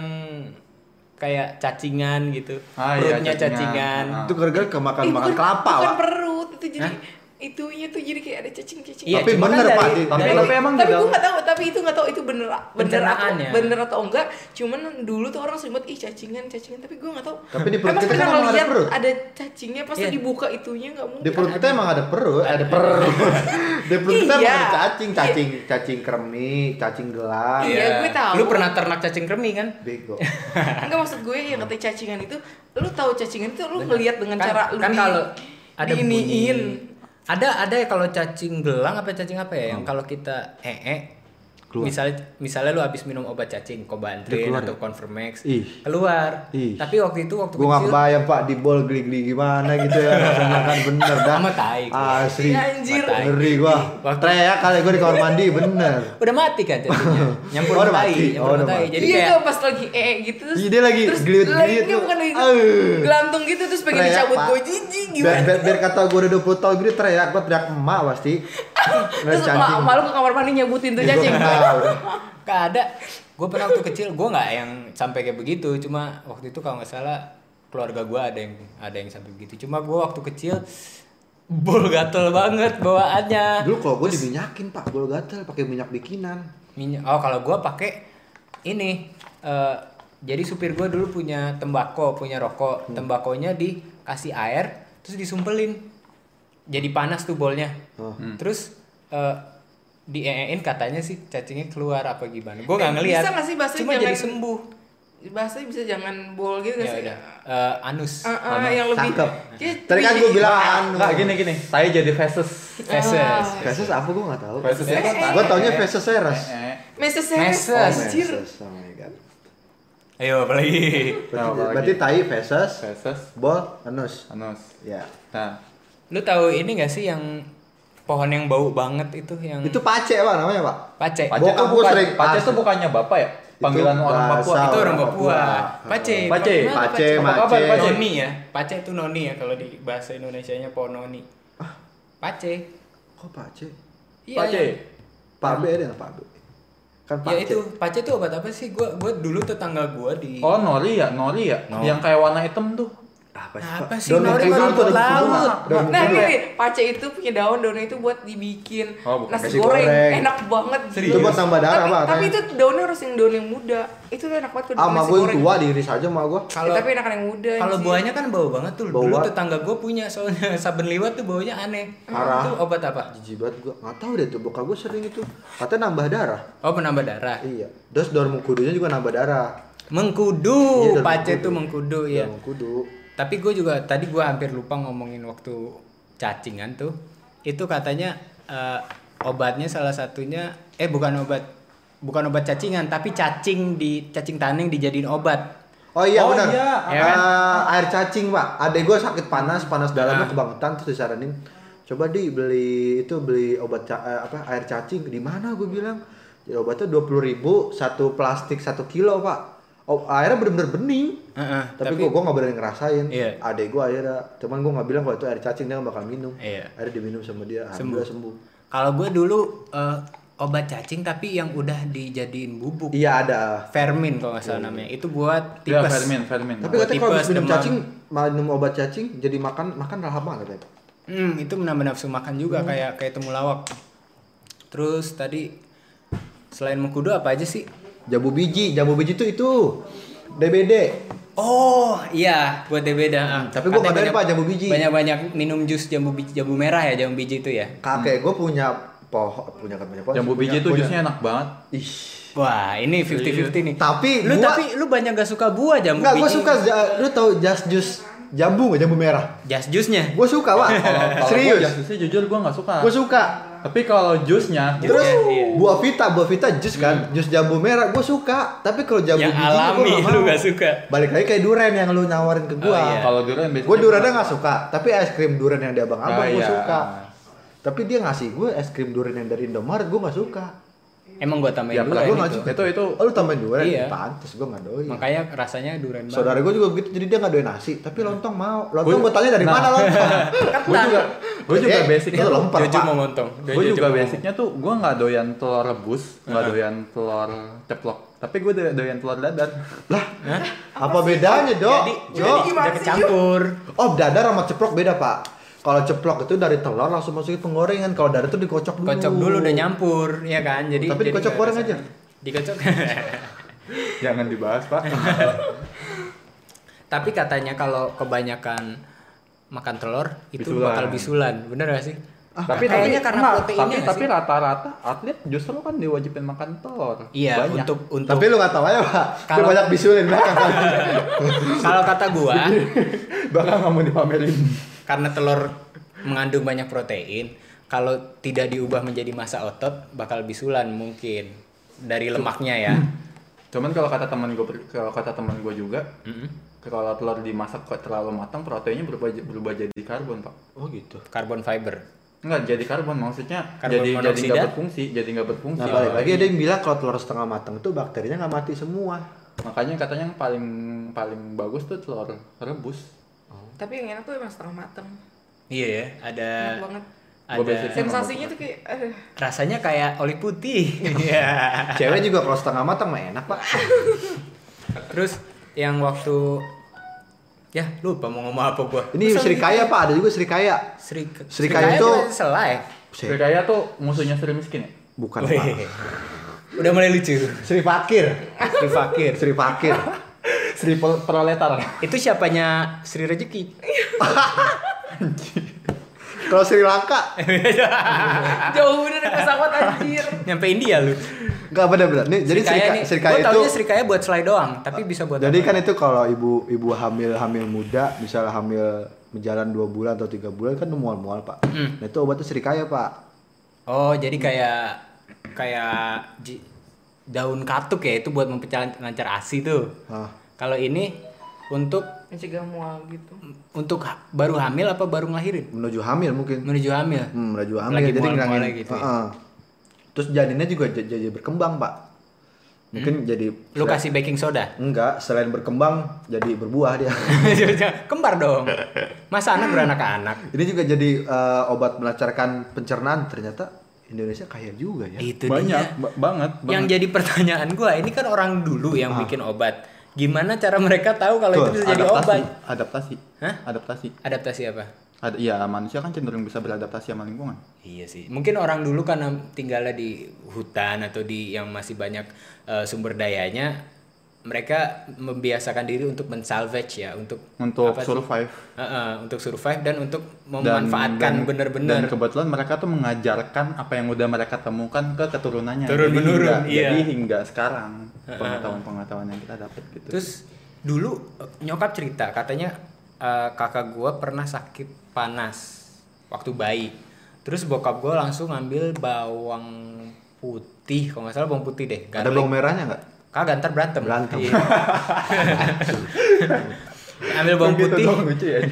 kayak cacingan gitu? Ah, iya, Perutnya cacingan. cacingan. Ah. Itu gara-gara kemakan Eh, makan bukan- kelapa, bukan Pak. perut itu jadi Hah? itunya tuh jadi kayak ada cacing-cacing. Iya, Tapi cuma bener, kan Pak, dari- di- Tapi dari- tapi emang tapi di gue dalam nggak tahu, tapi itu nggak tahu itu bener bener atau Pencernaannya. bener atau enggak. Cuman dulu tuh orang sering banget ih cacingan cacingan, tapi gue nggak tahu. Tapi di perut emang kita pernah kan emang ada ngeliat perut. ada cacingnya pas Iya. dibuka itunya nggak mungkin. Di perut kita emang ada perut, ada perut. Di perut kita emang Iya. ada cacing, cacing, cacing kremi, cacing gelang. Iya, gue tahu. Lu pernah ternak cacing kremi kan? Bego. Enggak, maksud gue yang katanya cacingan itu, lu tahu cacingan itu lu ngelihat dengan Kan- cara lu kan di- kalau ada diiniin. bunyi. Ada ada ya kalau cacing gelang apa cacing apa ya yang kalau kita ee Keluar. misalnya misalnya lu habis minum obat cacing Dia Cobantrin keluar atau ya? Convermax Ih. keluar. Ih. Tapi waktu itu waktu Gue gak kecil kebayang Pak di bol geli-geli gimana gitu ya rasanya kan bener dah. sama tai. Asli. Iya, anjir. Tai. Ngeri gua. Waktu- Teriak kali gue di kamar mandi bener. Udah mati kan cacingnya. Nyampur Oh, udah sama tai, mati. nyampur Oh, sama udah tai. mati. Jadi Iya, kayak tuh pas lagi ee gitu terus Iya, dia lagi terus geliat-geliat lagi tuh. bukan gitu. Auh. Gelantung gitu terus pengen Teriak, dicabut Pak. gue jijik Biar, gimana. biar, biar kata gue udah dua puluh tahun gitu teriak, gue teriak emak pasti. Terus ma- malu ke kamar mandi nyabutin tuh cacing. gak ada. Gue pernah waktu kecil gue nggak yang sampai kayak begitu. Cuma waktu itu kalau nggak salah keluarga gue ada yang ada yang sampai begitu. Cuma gue waktu kecil bol gatel banget bawaannya. Dulu kalau gue diminyakin pak, bol gatel pakai minyak bikinan. Minyak. Oh kalau gue pakai ini. Uh, jadi supir gue dulu punya tembakau, punya rokok. Hmm. Tembakonya dikasih air, terus disumpelin. Jadi panas tuh bolnya. Oh. Hmm. Terus uh, dieein katanya sih cacingnya keluar apa gimana. Gue nggak ngeliat. Bisa nggak sih bahasa cuma jangan, jadi sembuh. Bahasanya bisa jangan bol gitu nggak ya sih? Udah. Uh, anus. Uh, uh, anus. Yang lebih. Tadi kan gue bilang anus. Nggak gini gini. Saya jadi feses. Feses. Feses apa gue nggak tahu. Feses eh, eh, gue taunya feses seres. Meses seres. Anjir. Oh my god. Ayo apalagi. Berarti, berarti tai feses. Feses. Bol anus. Anus. Ya. Nah. Lu tahu ini nggak sih yang pohon yang bau banget itu yang itu pace pak namanya pak. Pace. Pace itu bukan. Pace itu bukannya bapak ya? Panggilan orang Papua. Itu orang Papua. Pace. Pace. Pace. Pace. Noni ya. Pace itu noni ya kalau di bahasa Indonesianya pohon noni. Pace. Kok pace? Iya. Pace. Pak B ada nggak Pak B? Kan pace. Ya itu pace itu obat apa sih? Gua gua dulu tetangga gua di. Oh nori ya, nori ya. No. Yang kayak warna hitam tuh. Apa sih? Apa sih? Daun Nori mengkudu mah tuh, rumput daun mengkudu, laut. Mak. Daun Nah mengkudu. ini pace itu punya daun, daunnya itu buat dibikin Oh, bukan. nasi Nasi goreng. goreng. Enak banget. Serius? Itu buat nambah darah tapi, pak. tapi itu daunnya harus yang daun yang muda. Itu tuh enak banget buat Ah, nasi mak gue yang goreng. tua diiris aja mak gue. Kalau Ya, tapi enakan yang muda. kalau anjir. buahnya kan bau banget tuh. Bau Dulu banget. tetangga gua punya soalnya saben liwat tuh baunya aneh. Parah. Itu obat apa? Jijik banget gue. Nggak tahu deh tuh. Bokap gue sering itu. Katanya nambah darah. Oh, penambah darah. Iya. Terus daun mengkudunya juga nambah darah. Mengkudu, Iya, daun pace mengkudu. tuh mengkudu ya. Daun mengkudu. Tapi gue juga tadi gue hampir lupa ngomongin waktu cacingan tuh. Itu katanya eh, obatnya salah satunya eh bukan obat bukan obat cacingan tapi cacing di cacing taneng dijadiin obat. Oh iya Oh, benar. iya. Ya kan? Ah, air cacing pak. Adek gue sakit panas, panas dalamnya Nah. kebangetan terus disaranin. Coba di beli itu beli obat ca- eh, apa air cacing di mana gue bilang. Ya, obatnya dua puluh ribu satu plastik satu kilo pak. Oh, airnya bener-bener bening. Uh-uh, tapi, tapi- gue gue nggak berani ngerasain. Iya. Adek gue akhirnya, cuman gue nggak bilang kalau itu air cacing dia nggak bakal minum. Iya. Akhirnya diminum sama dia, Sembuh. alhamdulillah sembuh. Kalau gue dulu eh, obat cacing tapi yang udah dijadiin bubuk. Iya ada. Vermin kalau nggak salah namanya. Itu buat Iya, tipes. vermin, vermin. Tapi katanya kalau tipes, habis minum demam. cacing, minum obat cacing, jadi makan makan lahap banget katanya. Hmm, itu menambah nafsu makan juga Hmm. kayak kayak temulawak. Terus tadi selain mengkudu apa aja sih? Jambu biji, jambu biji itu itu D B D. Oh iya, buat D B D. Ah. Tapi gua Katanya nggak tahu, Pak, jambu biji. Banyak-banyak minum jus jambu biji, jambu merah ya, jambu biji itu ya. Kakek gue punya pohon, punya kan punya pohon. Jambu punya- biji itu punya- jusnya enak banget. Ih. Wah, ini fifty fifty nih. Tapi Lu gua- tapi lu banyak gak suka buah jambu Enggak, biji. gue suka ja- lu tau just jus jambu nggak jambu merah? Jas jusnya. Gue suka pak. Kalau Serius. gua jusnya jujur gue nggak suka. Gue suka. Tapi kalau jusnya, Terus Iya, iya. buah vita, buah vita jus kan, jus jambu merah gue suka. Tapi kalau jambu Yang biji alami gua lu mau. gak suka. Balik lagi kayak durian yang lu nawarin ke gue. Oh, iya. kalau durian biasanya Gue duriannya nggak suka, tapi es krim durian yang di abang-abang Ah, gue iya. suka. Tapi dia ngasih gue es krim durian yang dari Indomaret gue nggak suka. Emang gua tambahin Ya, dulu Gue ini nggak tuh. suka. Itu itu Oh lu tambahin durian? Iya. Pantes gue nggak doyan. Makanya rasanya durian banget. Saudara gue juga begitu, jadi dia nggak doyan nasi, tapi lontong mau. Lontong Gua- gue tanya dari nah. mana lontong? gue juga gue juga Eh, basicnya itu tuh lempar, Jojo Pak. mau ngontong. gue juga basicnya tuh gue nggak doyan telur rebus, nggak Uh-huh. doyan telur ceplok, tapi gue do- doyan telur dadar. Lah, apa bedanya dok? Jadi, Dok? jadi gimana udah sih, kecampur. Oh dadar sama ceplok beda pak. Kalau ceplok itu dari telur langsung masukin penggorengan. Kalau dadar itu dikocok dulu. Kocok dulu udah nyampur, ya kan? Jadi Tapi jadi dikocok nggak goreng rasanya. aja. Dikocok. Jangan dibahas pak. Tapi katanya kalau kebanyakan makan telur itu Bisulan. bakal bisulan, bener gak sih? tapi kayaknya tapi karena enggak, proteinnya tapi nggak tapi sih? rata-rata atlet justru kan diwajibin makan telur. Iya, Banyak. untuk untuk Tapi lu nggak tahu aja pak. Dia Kalau- banyak bisulin belakang. kalau kata gua Bakal nggak mau dipamerin. karena telur mengandung banyak protein, kalau tidak diubah menjadi massa otot bakal bisulan mungkin dari lemaknya ya. Cuman kalau kata teman gue, kalau kata teman gue juga, Mm-mm. kalau telur dimasak kok terlalu matang, proteinnya berubah berubah jadi karbon pak. Oh gitu. Karbon fiber. Enggak jadi karbon, maksudnya Karbon jadi jadi monoksida? nggak berfungsi, jadi nggak berfungsi. Nah balik lagi ada yang bilang kalau telur setengah matang itu bakterinya nggak mati semua. Makanya katanya yang paling paling bagus tuh telur rebus. Tapi yang enak tuh emang setengah mateng. Iya ya, ada Enak banget. Gua ada basic- Sensasinya tuh kayak aduh. rasanya kayak oli putih. Iya. Cewek juga kalau setengah matang mah enak pak. Terus yang waktu Ya, lupa mau ngomong apa gua. Ini Srikaya Pak, ada juga Srikaya. Sri Srikaya itu selai. Srikaya tuh musuhnya Sri Miskin ya? Bukan Wih. Pak. Udah mulai lucu. Sri Fakir. Sri Fakir. Sri Fakir. Sri Pro- Proletar. Itu siapanya Sri Rezeki? Kalau Sri Lanka Jauh bener dari pesawat anjir. Nyampe India lu. enggak benar-benar. Nih jadi Srikaya Srikaya, nih. Srikaya Gua itu taunya Srikaya buat selai doang, tapi bisa buat jadi apa? kan itu kalau ibu ibu hamil hamil muda, misalnya hamil menjalan dua bulan atau tiga bulan kan mual-mual Pak. Hmm. Nah itu obatnya Srikaya Pak. Oh, jadi kayak kayak ji- daun katuk ya, itu buat mempecah lancar A S I tuh. Ah. Kalau ini untuk Mencegah mual gitu. untuk ha- baru hamil apa baru ngelahirin? Menuju hamil mungkin. Menuju hamil. Hmm, menuju hamil Lagi jadi mual-mualnya ngilangin gitu ya? Heeh. Terus janinnya juga j- jadi berkembang Pak. Mungkin jadi Lu kasih baking soda. enggak, selain berkembang jadi berbuah dia. Kembar dong. Masa anak beranak-anak? Ini juga jadi eh, obat melancarkan pencernaan. Ternyata Indonesia kaya juga ya. Itu Banyak, dia. ba- banget, banget. Yang jadi pertanyaan gua, ini kan orang dulu yang Ah. bikin obat. Gimana cara mereka tahu kalau Tuh, itu bisa jadi adaptasi, obat? adaptasi. Hah? Adaptasi. Adaptasi apa? Ada iya, manusia kan cenderung bisa beradaptasi sama lingkungan. Iya sih. Mungkin orang dulu karena tinggalnya di hutan atau di yang masih banyak eh, sumber dayanya, mereka membiasakan diri untuk mensalvage ya, untuk Untuk apa sih? survive. Heeh, untuk survive dan untuk Dan- memanfaatkan dan- benar-benar. Dan kebetulan mereka tuh mengajarkan apa yang udah mereka temukan ke keturunannya. Turun Jadi menurun, hingga, iya. Jadi hingga sekarang pengetahuan-pengetahuan yang kita dapat gitu. Terus dulu eh, nyokap cerita katanya eh, kakak gua pernah sakit panas waktu bayi. Terus bokap gua langsung ngambil bawang putih, kalau nggak salah bawang putih deh. Ada garlic. bawang merahnya enggak? Kagak, ntar berantem. Berantem. Iya. Ambil bawang Gitu putih, doang lucu ya.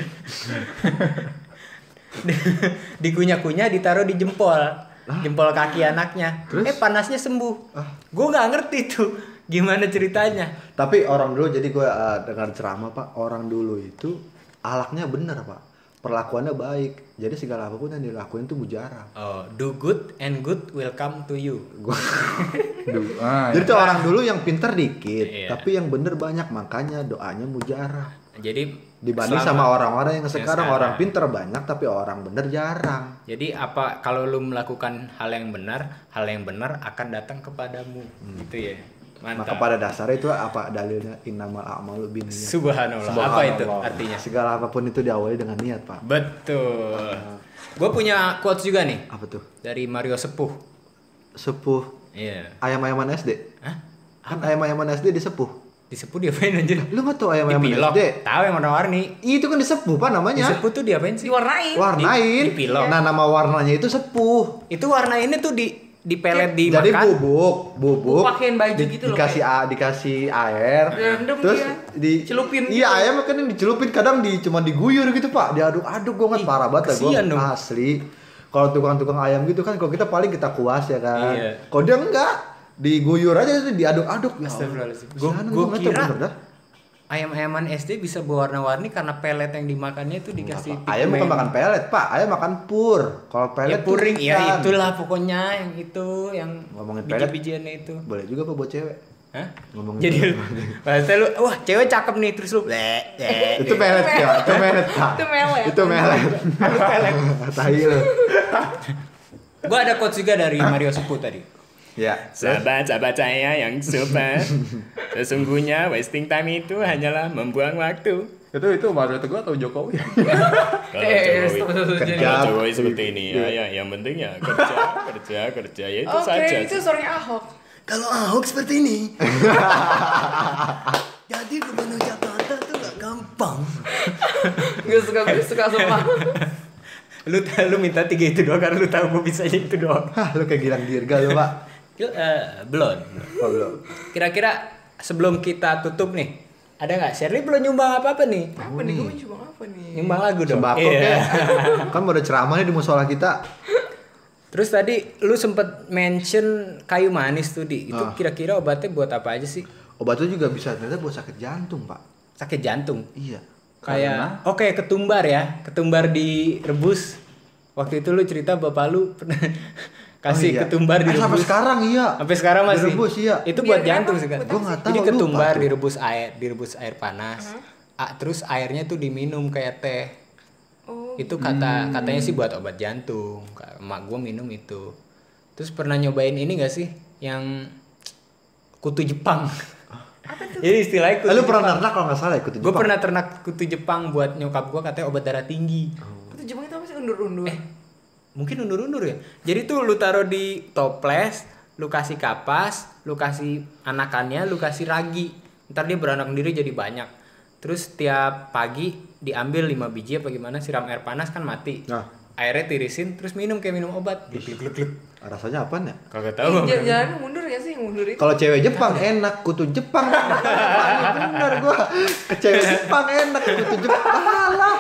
dikunyah-kunyah, ditaruh di jempol, jempol kaki anaknya. Terus? Eh panasnya sembuh. Gue nggak ngerti tuh gimana ceritanya. Tapi orang dulu jadi gue uh, dengar ceramah Pak, orang dulu itu alaknya bener Pak. Perlakuannya baik. Jadi segala apapun yang dilakuin itu mujarab. Oh, do good and good will come to you. Gua Duh, ah, Jadi tuh orang dulu yang pinter dikit, Iya. tapi yang bener banyak, makanya doanya mujarab. Jadi Dibanding selama- sama orang-orang yang yang sekarang sekarang. orang pinter banyak tapi orang bener jarang. Jadi apa kalau lu melakukan hal yang benar, hal yang benar akan datang kepadamu. Gitu ya. Maka Mantap. pada dasarnya itu apa dalilnya innamal a'malu binniyat. Subhanallah. Apa itu artinya? Segala apapun itu diawali dengan niat, Pak. Betul. Gue punya quotes juga nih Apa tuh? dari Mario Sepuh. Sepuh Iya. ayam-ayaman S D. Hah? Kan ayam-ayaman S D disepuh. Di Sepuh diapain anjir? Lu nggak tahu ayam-ayaman Dipilok. S D? Tahu yang warna-warni. Itu kan disepuh Pak Di namanya. Sepuh tuh diapain sih? Diwarnain. Warnain. Di- dipilok. Nah, nama warnanya itu sepuh. Itu warna ini tuh di di pelet di Jadi makan. bubuk, bubuk. Lu pakein baju gitu loh, Dikasih a, dikasih air. Direndam terus dia. di Celupin Iya, gitu. ayam kan yang dicelupin kadang di cuma diguyur gitu, Pak. Diaduk-aduk gue kan Ih, parah banget gue kesian dong. asli. Kalau tukang-tukang ayam gitu kan kalau kita paling kita kuas ya kan. Iya. Kalau dia enggak, diguyur aja itu diaduk-aduk. Ya Allah. Astagfirullahaladzim. Gua, Gua- gua, gua nggak tahu kira- bener dah. Ayam-ayaman S D bisa berwarna-warni karena pelet yang dimakannya itu dikasih Apa? Ayam bukan makan pelet, Pak. Ayam makan pur. Kalau pelet ya tuh puring ya ikan. itulah pokoknya yang itu yang Ngomongin pelet. biji-bijiannya itu. Boleh juga Pak buat cewek. Hah? Ngomongin Jadi lu, pelet. maksudnya lu wah cewek cakep nih terus lu bleh, bleh, Itu pelet ya, itu pelet, Pak. Itu melet. Itu melet. Lu pelet. Tai lu. Gua ada quotes juga dari Mario Sepuh tadi. Ya. Sahabat-sahabat saya yang super, sesungguhnya wasting time itu hanyalah membuang waktu. Itu itu Mario Teguh atau Jokowi? Kalau Eh, Jokowi, stop, stop, stop, Kerja. kalau Jokowi seperti ini ya, ya, yang penting ya kerja, kerja, kerja ya itu Oke, saja. itu suaranya Ahok. Kalau Ahok seperti ini, jadi gubernur Jakarta tuh gak gampang. Gak suka, gak suka sumpah. Lu lu minta tiga itu doang karena lu tahu gue bisa itu doang. Hah, lu kayak Gilang Dirga lu, Pak. Gil, eh, belum. Oh, belum. Kira-kira sebelum kita tutup nih, ada nggak? Shirley belum nyumbang apa-apa nih? Apa nih? Gue mencoba apa nih? Nyumbang lagu dong. Sembako Iya. kek. Kan mau ada ceramah nih di musola kita. Terus tadi lu sempet mention kayu manis tuh di. Itu Ah. kira-kira obatnya buat apa aja sih? Obat itu juga bisa ternyata buat sakit jantung, Pak. Sakit jantung. Iya. Kayak oke ketumbar ya, ketumbar direbus. Waktu itu lu cerita bapak lu pernah kasih Oh, iya. ketumbar Eh, direbus. sampai sekarang iya. Sampai sekarang masih. Direbus, iya. Itu Biar buat kenapa? jantung sih kan. Buat Gua nggak tahu, Jadi lupa ketumbar tuh. direbus air, direbus air panas. ah, terus airnya tuh diminum kayak teh. Oh. Itu kata katanya sih buat obat jantung. Emak gue minum itu. Terus pernah nyobain ini gak sih yang kutu Jepang? Jadi istilahnya kutu Lu pernah Jepang. ternak kalau nggak salah ya kutu Gue Jepang? pernah ternak kutu Jepang buat nyokap gue, katanya obat darah tinggi. Itu Jepang itu apa sih, undur-undur? Eh, mungkin undur-undur ya. Jadi tuh lu taruh di toples, lu kasih kapas, lu kasih anakannya, lu kasih ragi. Ntar dia beranak sendiri jadi banyak. Terus tiap pagi diambil lima biji apa gimana, siram air panas kan mati. Nah. Airnya tirisin, terus minum kayak minum obat. Gluk gluk gluk. Rasanya apaan ya? Kagak Eh, tahu. j- jalannya mundur gak sih, mundur itu? Kalau cewek Jepang enak, kutu Jepang. Bener gua. Ke cewek Jepang enak, kutu Jepang. Alah.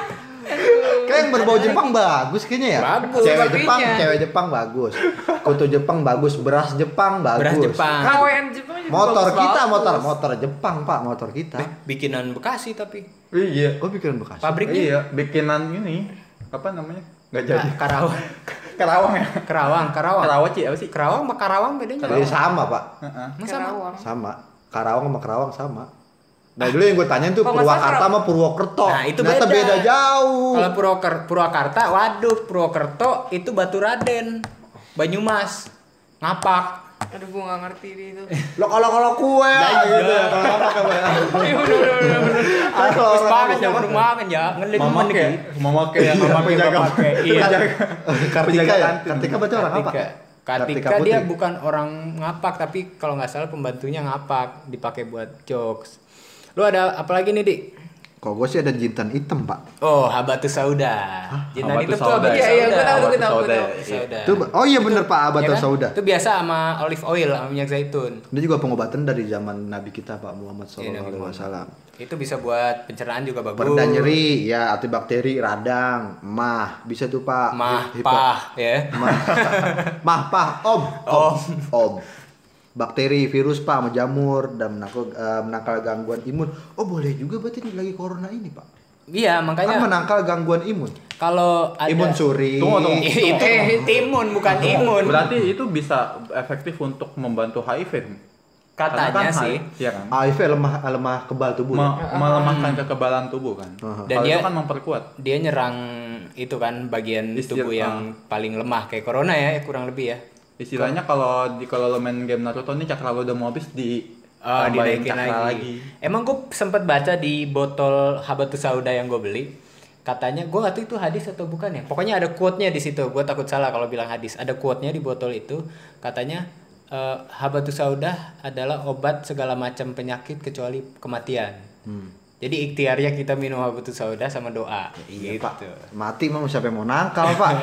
Kayak yang berbau Jepang bagus kayaknya ya. Bagus. Cewek Sepertinya. Jepang, cewek Jepang bagus. Kutu Jepang bagus, beras Jepang bagus. Beras Jepang. Kan Kawean Jepang juga motor bagus-bagus. kita, motor motor Jepang, Pak, motor kita. Bikinan Bekasi tapi. Iya. Kok bikin bekas? Pabriknya Iya, bikinan ini apa namanya? Nggak jadi. Ka- Karawang. Kerawang ya. Kerawang, Karawang. Karawaci apa sih? Kerawang sama Karawang bedanya. Jadi sama, Pak. Heeh. Emang sama? Karawang. Sama. Karawang sama Kerawang sama. Nah, dulu yang gue tanyain tuh Kalau nggak salah Purwakarta Kerawang. sama Purwokerto. Nah, itu Ternyata beda. beda jauh. Kalau Purwoker- Purwakarta, waduh, Purwokerto itu Baturaden, Banyumas, Ngapak. Aduh, gue gak ngerti deh itu. Lo kalau kalau kue Nah, gitu iya. ya. Kalau apa kamu ya? Iya, bener, bener, bener, bener. Ah, kalau Terus orang makan bisa- jangan makan ya, ngelit Mama temen kayak dikit. mama kayak Iya, mama penjaga. pakai. Iya. Kartika Penjaga ya? kantin. Kartika berarti orang apa? Kartika. Kartika Putri. dia bukan orang ngapak, tapi kalau nggak salah pembantunya ngapak, dipakai buat jokes. Lu ada apa lagi nih, Dik? Kalau gue sih ada jintan hitam, Pak. Oh, Habatus Sauda. Jintan Habatus itu tuh Sauda. Habatus Iya, iya, Sauda. gue tahu, gue tahu, gue Sauda. tahu. Habatus Sauda. Itu oh iya bener Pak, Abad Ya kan? Sauda. Itu biasa sama olive oil sama minyak zaitun. Ini juga pengobatan dari zaman Nabi kita Pak Muhammad Iya, Sallallahu Nabi Alaihi Muhammad. Wasallam. Itu bisa buat pencernaan juga bagus. Pereda nyeri, ya antibakteri, radang, mah, bisa tuh Pak. Mah, Hipo- pah, ya. Mah, mah, pah, om, om, om. Bakteri, virus Pak, sama jamur dan menangkal, eh, menangkal gangguan imun. Oh boleh juga berarti ini lagi corona ini Pak. Iya, Kan makanya menangkal gangguan imun. kalau ada Imun suri. Tunggu, tunggu. itu timun bukan imun. Berarti itu bisa efektif untuk membantu H I V. Karena Katanya kan sih. H I V, iya kan? H I V lemah lemah kebal tubuh. Me- ya? melemahkan kekebalan tubuh kan. Uh-huh. Dan Kalau dia- itu kan memperkuat. Dia nyerang itu kan bagian Istil- tubuh yang paling lemah kayak corona ya, kurang lebih ya. Istilahnya kalau di kalau lo main game Naruto nih cakra lo udah mau habis di Oh, tambahin dinaikin cakra lagi. Emang gue sempet baca di botol Habatus Sauda yang gue beli, katanya gue nggak tahu itu hadis atau bukan ya. Pokoknya ada quote-nya di situ. Gue takut salah kalau bilang hadis. Ada quote-nya di botol itu, katanya eh, Habatus Sauda adalah obat segala macam penyakit kecuali kematian. Hmm. Jadi ikhtiarnya kita minum Habatus Sauda sama doa. Iya gitu. Pak. Mati mau siapa yang mau nangkal Pak?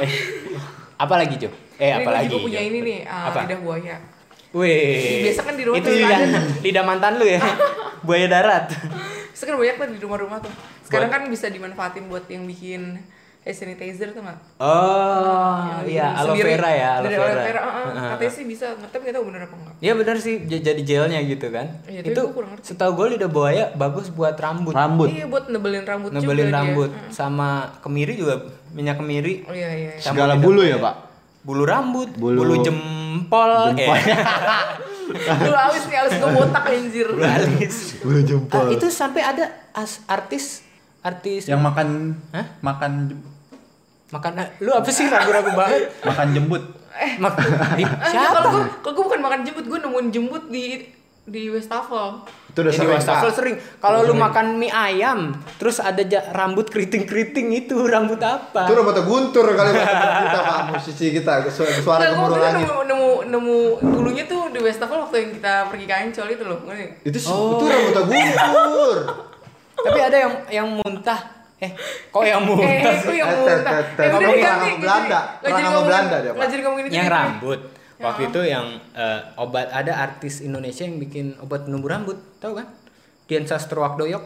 Apa lagi Jo? Eh Ini apa gue lagi? juga punya Jo? ini nih, ah, Apa? lidah buaya. Wih. Biasa kan di rumah itu tuh lidah, ada. lidah mantan lu ya. Buaya darat. Terus kan banyak tuh di rumah-rumah tuh. Sekarang kan bisa dimanfaatin buat yang bikin hand sanitizer tuh nggak? Oh, Yang iya, bikin aloe sendiri. vera ya, aloe Dari vera. aloe vera, ah, ah. Heeh. Katanya sih bisa, tapi nggak tahu bener apa enggak. Iya benar sih, j- jadi gelnya gitu kan. Iya, tapi itu gua kurang ngerti. setahu gue lidah buaya bagus buat rambut. Rambut. Iya, buat nebelin rambut Nebelin juga rambut. dia. Sama kemiri juga, minyak kemiri. Oh iya iya. iya. Sama Segala lidah bulu buaya. ya Pak. Bulu rambut, Bulu- bulu, jempol, Jempol. eh. Lu alis nih, alis gue botak anjir. Bulu alis. Bulu jempol. Ah, itu sampai ada as artis artis Yang makan Hah? makan jem- makan lu apa sih ragu-ragu banget? makan jembut. Mak di, Ah, siapa? Kalau gue, kalau gue bukan makan jembut, gue nemuin jembut di di Westafel. Itu udah Jadi sering wastafel Pak. sering. Kalau lu makan mie ayam, terus ada ja- rambut keriting-keriting itu rambut apa? Itu rambutnya guntur kali Pak kita Pak musisi kita su- suara Nah, gue gemuruh waktu itu langit. nemu, nemu, nemu dulunya tuh di Westafel waktu yang kita pergi ke Ancol itu loh. Ngerti? Itu itu rambutnya guntur. Tapi ada yang yang muntah. Eh, kok yang Eh, muntah? eh, gue yang Eh, muntah. tet, tet, Eh, udah ngomong diganti. orang Belanda. Nggak Orang jadi sama ngomongin- Belanda dia, Pak. nggak jadi ngomongin itu. Yang jadi. rambut. Waktu itu yang eh, obat ada artis Indonesia yang bikin obat penumbuh rambut, tahu kan? Dian Sastrowardoyo.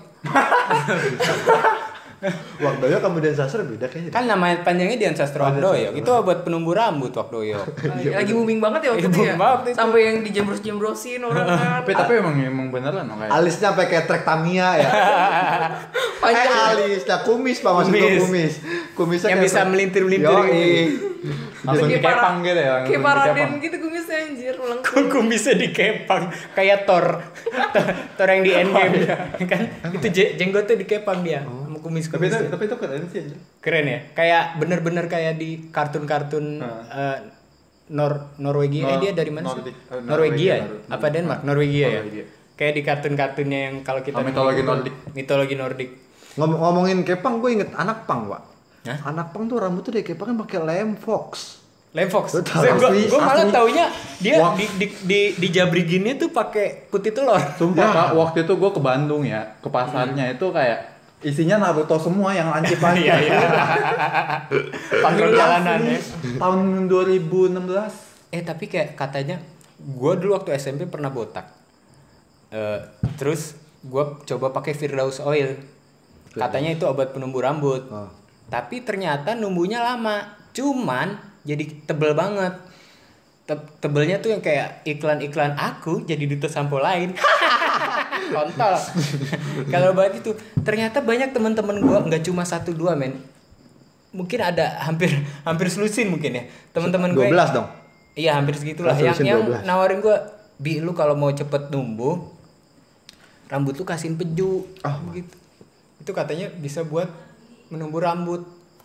Wakdoyo kemudian sastra beda kayaknya. Kan nama panjangnya Dian Sastrowardoyo. Itu obat penumbuh rambut Wakdoyo. Lagi, lagi booming banget ya waktu Iya, itu ya. booming banget itu. Sampai yang dijembros-jembrosin orang kan. Tapi tapi emang emang beneran loh kayak. Alisnya sampai kayak trek Tamiya ya. Eh Panjang. alis, nah kumis Pak maksud gua Kumis. kumis. Kumisnya Yang kayak bisa trek- melintir-melintir Yoi. gitu. Langsung Kayak dikepang para- gitu ya. Kayak langsung Paraden dikepang. gitu kumisnya anjir, melengkung. kumisnya dikepang kayak Thor. Thor, Thor yang di Endgame kan itu je- jenggotnya dikepang dia sama kumis Tapi kumis itu tapi itu keren sih anjir. keren ya kayak bener-bener kayak di kartun-kartun Hmm. eh, Nor Norwegia eh Nor- dia dari mana sih Nordik- eh, Norwegia Norwegia, ya? Norwegia. apa Denmark Norwegia ya Norwegia. kayak di kartun-kartunnya yang kalau kita Oh, mitologi nonton, Nordik. mitologi Nordik Ngom- ngomongin kepang, gue inget anak pang, Pak. Hah? Anak pang tuh rambut tuh dikepangin pakai lem fox. Lem Fox. Lu tahu Saya gua, asli- gua malah asli. taunya dia Wah. di di di di jabriginnya tuh pakai putih telur. Sumpah Ya. Kak, waktu itu gue ke Bandung ya, ke pasarnya itu kayak isinya Naruto semua yang lancip aja. Iya iya. Patrol jalanan ya. Tahun dua ribu enam belas. Eh tapi kayak katanya gua dulu waktu S M P pernah botak. Eh, terus gua coba pakai Firdaus oil. Katanya itu obat penumbuh rambut. Oh. Tapi ternyata numbuhnya lama. Cuman jadi tebel banget. Te- tebelnya tuh yang kayak iklan-iklan aku jadi duta sampo lain. Kontol. Kalau obat itu ternyata banyak teman-teman gua nggak cuma satu dua men. Mungkin ada hampir hampir selusin mungkin ya. Teman-teman gue. dua belas dong. Iya hampir segitulah. Kelas Yang selusin yang dua belas. nawarin gua, bi lu kalau mau cepet numbuh, rambut lu kasihin peju. Ah, gitu. Itu katanya bisa buat menumbuh rambut.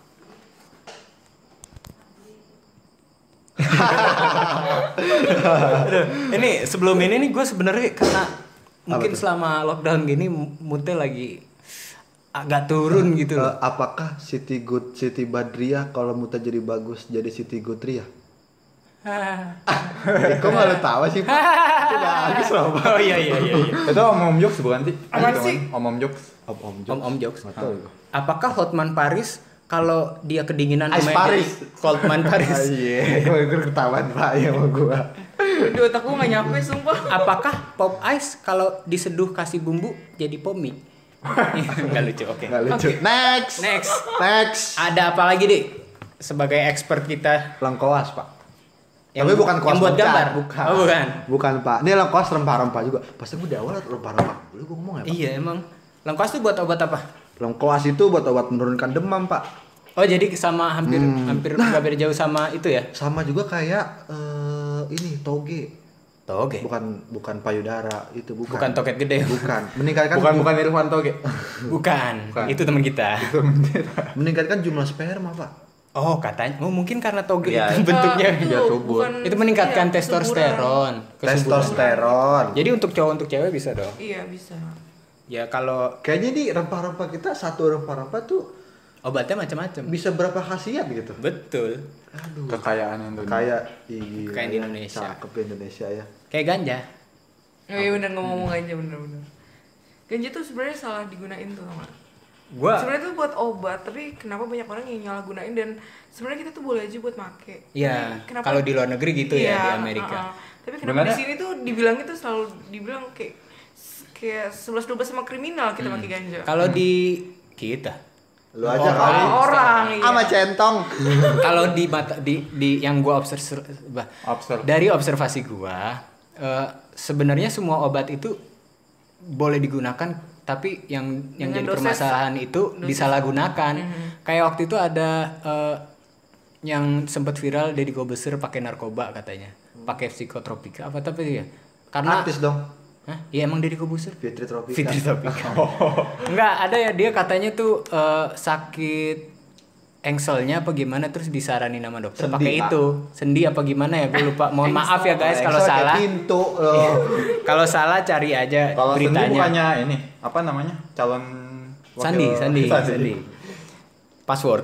Aduh, ini sebelum ini nih gue sebenarnya karena mungkin tuh? selama lockdown gini moodnya lagi agak turun gitu Eh, loh. apakah Siti Good Siti Badriah kalau muta jadi bagus jadi Siti Gutria? Eh, kok nggak lu tahu sih? Pak? Itu bagus loh, Pak. Oh iya iya iya. iya. Itu Om Om Jokes bukan sih? Apaan Itu sih? kan, Om Om Jokes. Om Om Om Om jokes. Nggak tahu gua. Apakah Hotman Paris kalau dia kedinginan Ice main Paris. jadi Coldman Ah, Paris? Iya, gue gue ketahuan Pak ya sama gua. Di otak gue gak nyampe sumpah. Apakah pop ice kalau diseduh kasih bumbu jadi pomi? Enggak lucu, oke. Nggak lucu. Next. Next. Next. Ada apa lagi, Dik? Sebagai expert kita Lengkoas, Pak. yang, Tapi bukan yang kos buat bukan. gambar. Bukan. Oh, bukan. Bukan, Pak. Ini lengkoas rempah-rempah juga. Pasti gue di awal rempah-rempah. Boleh gue ngomong ya, Pak? Iya, emang. Lengkuas tuh buat obat apa? Lengkoas itu buat obat menurunkan demam, Pak. Oh, jadi sama hampir Hmm. hampir Nah. nggak beda jauh sama itu ya? Sama juga kayak eh, ini toge. Toge. Bukan bukan payudara, itu bukan. Bukan toket gede. Bukan. Meningkatkan Bukan bukan Irfanto Ge. Bukan. Bukan. Itu teman kita. meningkatkan jumlah sperma, Pak. Oh, katanya. Oh, mungkin karena toge Iya. itu bentuknya. Eh, Biar subur. bukan- Itu meningkatkan iya, testosteron. Kesuburan. Testosteron. Jadi untuk cowok untuk cewek bisa dong. Iya bisa. Ya kalau Kayaknya di rempah-rempah kita satu rempah-rempah tuh obatnya macam-macam. bisa berapa khasiat gitu. Betul. Aduh. Kekayaan Indonesia. Kayak iya, Kayak di Indonesia. Cakep Indonesia ya. Kayak ganja. Oh iya bener ngomong aja bener-bener. Ganja tuh sebenarnya salah digunain tuh sama. Gua Sebenarnya tuh buat obat, tapi kenapa banyak orang yang nyalah gunain dan sebenarnya kita tuh boleh aja buat make. ya Tapi kenapa- kalau di luar negeri gitu ya Iya, di Amerika. uh-uh. Tapi kenapa Sebenarnya- di sini tuh dibilangnya tuh selalu dibilang kayak kayak sebelas dua belas sama kriminal kita pakai ganja. Kalau di kita Lu aja Orang. kali. Orang iya. Sama centong. kalau di mata di di yang gua observ bah, Observe. dari observasi gua eh, sebenarnya semua obat itu boleh digunakan tapi yang yang Dengan jadi dosis- permasalahan itu disalahgunakan. Kayak waktu itu ada eh, yang sempat viral Deddy Kobuser pakai narkoba katanya. Pakai psikotropika apa tapi ya? Karena Artis dong. Hah? Ya emang Deddy Kobuser. Fitri Tropika. Fitri Tropika. Enggak, ada ya dia katanya tuh eh, sakit engselnya apa gimana terus disaranin nama dokter Sendi, pakai Pak. itu. Sendi apa gimana ya? Gue lupa. Mohon maaf ya guys kalau Engsel kayak salah. pintu loh. Kalau salah cari aja Kalau Sendi beritanya. bukannya ini, apa namanya? Calon wakil- Sandi, Sandi, Sandi. Password.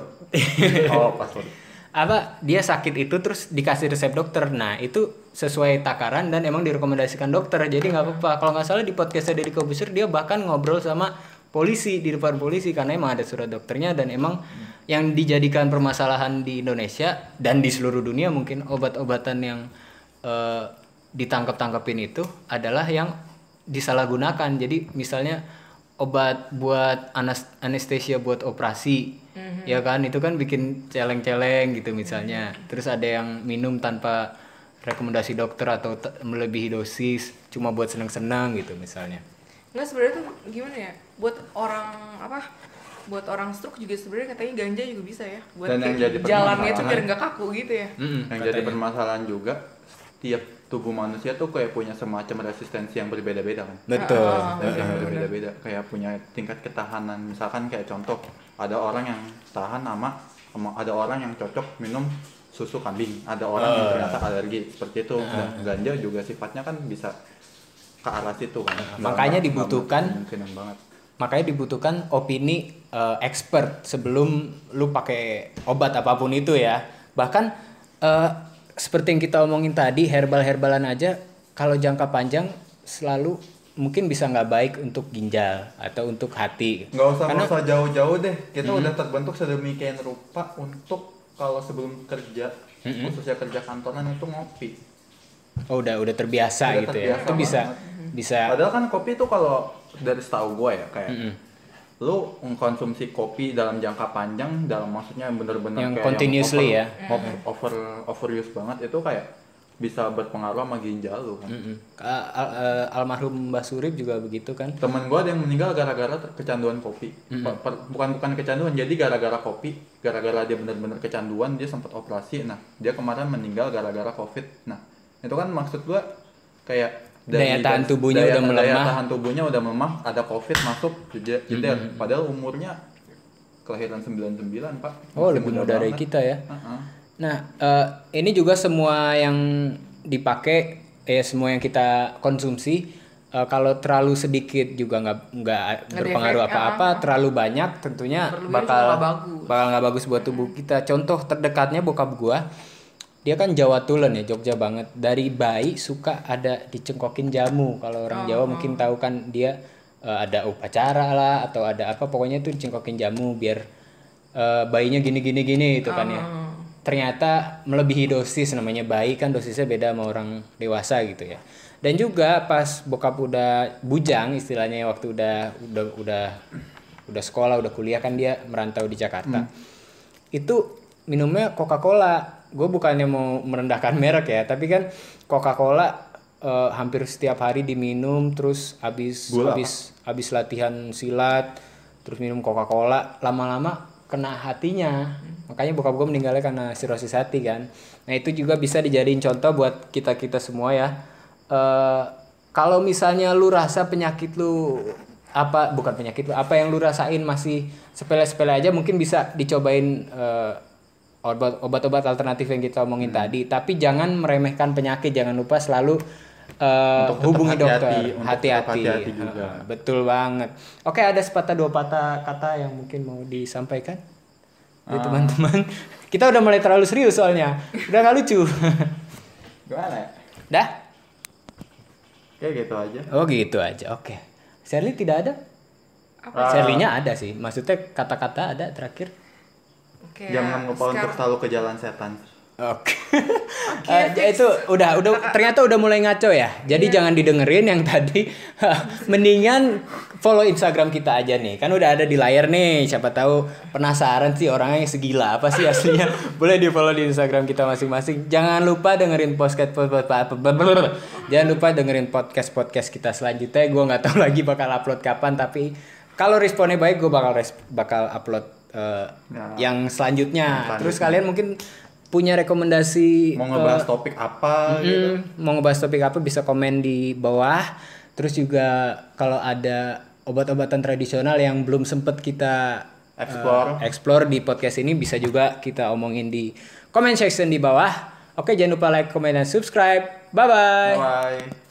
Oh, password. Apa dia sakit itu terus dikasih resep dokter. Nah, itu sesuai takaran dan emang direkomendasikan dokter. Jadi nggak apa-apa. Kalau nggak salah di podcastnya Deddy Kobuser dia bahkan ngobrol sama polisi di depan polisi karena emang ada surat dokternya dan emang yang dijadikan permasalahan di Indonesia dan di seluruh dunia mungkin obat-obatan yang eh, ditangkap-tangkapin itu adalah yang disalahgunakan. Jadi misalnya obat buat anas- anestesia buat operasi, ya kan itu kan bikin celeng-celeng gitu misalnya. Terus ada yang minum tanpa rekomendasi dokter atau t- melebihi dosis cuma buat senang-senang gitu misalnya. Enggak sebenarnya tuh gimana ya? Buat orang apa? Buat orang stroke juga sebenarnya katanya ganja juga bisa ya. Buat Dan yang kayak jadi jalannya tuh permasalahan- biar nggak kaku gitu ya. Mm-mm, Yang katanya. jadi permasalahan juga tiap tubuh manusia tuh kayak punya semacam resistensi yang berbeda-beda kan. Betul. Resistensi yang berbeda-beda, kayak punya tingkat ketahanan. Misalkan kayak contoh, ada orang yang tahan sama, sama ada orang yang cocok minum susu kambing, ada orang yang ternyata alergi seperti itu. Dan ganja juga sifatnya kan bisa ke arah situ kan. Makanya dibutuhkan kemungkinan banget. Makanya dibutuhkan opini uh, expert sebelum lu pakai obat apapun itu ya. Bahkan uh, seperti yang kita omongin tadi, herbal-herbalan aja kalau jangka panjang selalu mungkin bisa nggak baik untuk ginjal atau untuk hati. Nggak usah Karena nggak usah jauh-jauh deh. Kita udah terbentuk sedemikian rupa untuk kalau sebelum kerja, khususnya kerja kantoran itu ngopi. oh udah udah terbiasa Udah gitu ya. terbiasa Itu bisa banget. bisa Padahal kan kopi itu kalau dari setahu gue ya kayak Mm-mm. lu mengkonsumsi kopi dalam jangka panjang, dalam maksudnya bener-bener Yang kayak continuously over, ya. over, over overuse banget itu kayak bisa berpengaruh sama ginjal lu kan. Mm-mm. Al- al- eh, almarhum Mbah Surip juga begitu kan. Temen gue ada yang meninggal gara-gara ter- kecanduan kopi. Per- per- bukan bukan kecanduan, jadi gara-gara kopi, gara-gara dia benar-benar kecanduan, dia sempat operasi. Nah, dia kemarin meninggal gara-gara COVID. Nah, itu kan maksud gue kayak Daya tahan tubuhnya daya, udah melemah. Daya tahan tubuhnya udah melemah, ada COVID masuk, jadi jeder. Padahal umurnya kelahiran sembilan puluh sembilan, Pak. Oh, Masih lebih muda dari banget. kita ya. Heeh. Nah, eh, ini juga semua yang dipakai, ya semua yang kita konsumsi, eh, kalau terlalu sedikit juga nggak nggak berpengaruh efek, apa-apa, terlalu banyak tentunya Berlebihan bakal juga nggak bagus. bakal nggak bagus buat tubuh kita. Contoh terdekatnya bokap gua, dia kan Jawa Tulen ya, Jogja banget. Dari bayi suka ada dicengkokin jamu. Kalau orang Jawa mungkin tahu kan dia eh, ada upacara lah atau ada apa, pokoknya itu dicengkokin jamu biar eh, bayinya gini-gini gini itu kan ya. Ternyata melebihi dosis, namanya bayi kan dosisnya beda sama orang dewasa gitu ya. Dan juga pas bokap udah bujang istilahnya, waktu udah udah udah udah sekolah, udah kuliah kan dia merantau di Jakarta. Itu minumnya Coca-Cola. Gue bukannya mau merendahkan merek ya, tapi kan Coca-Cola eh, hampir setiap hari diminum, terus abis Gula, abis abis latihan silat terus minum Coca-Cola, lama-lama kena hatinya. Makanya bokap gue meninggalnya karena sirosis hati kan. Nah itu juga bisa dijadiin contoh buat kita-kita semua ya. Eh, kalau misalnya lu rasa penyakit lu apa, bukan penyakit lu, apa yang lu rasain masih sepele-sepele aja, mungkin bisa dicobain eh, obat obat-obat alternatif yang kita omongin tadi. Tapi jangan meremehkan penyakit, jangan lupa selalu eh, Untuk tetap hubungi hati-hati, dokter. untuk tetap Hati-hati. hati-hati juga. Eh, betul banget. Oke, ada sepatah dua patah kata yang mungkin mau disampaikan dari teman-teman. Kita udah mulai terlalu serius soalnya, udah gak lucu. Gimana ya? Dah? Kayak gitu aja. Oh gitu aja. Oke. Shirley tidak ada? Ah, Shirley-nya ada sih. Maksudnya kata-kata ada terakhir. Oke. Jangan lupa untuk sekarang- selalu ke jalan setan. Oke. Eh, itu udah udah ternyata udah mulai ngaco ya. Jadi jangan didengerin yang tadi. Mendingan follow Instagram kita aja nih. Kan udah ada di layar nih. Siapa tahu penasaran sih orangnya yang segila apa sih aslinya. Boleh di-follow di Instagram kita masing-masing. Jangan lupa dengerin podcast Jangan lupa dengerin podcast-podcast kita selanjutnya. Gue nggak tahu lagi bakal upload kapan, tapi kalau responnya baik gue bakal res- bakal upload eh, Ya. yang selanjutnya. Yang Terus selanjutnya. kalian mungkin punya rekomendasi Mau ngebahas eh, topik apa mm, gitu. mau ngebahas topik apa bisa komen di bawah. Terus juga kalau ada obat-obatan tradisional yang belum sempet kita eh, Explore. explore di podcast ini, bisa juga kita omongin di comment section di bawah. Oke, jangan lupa like, comment, dan subscribe. Bye bye. Bye.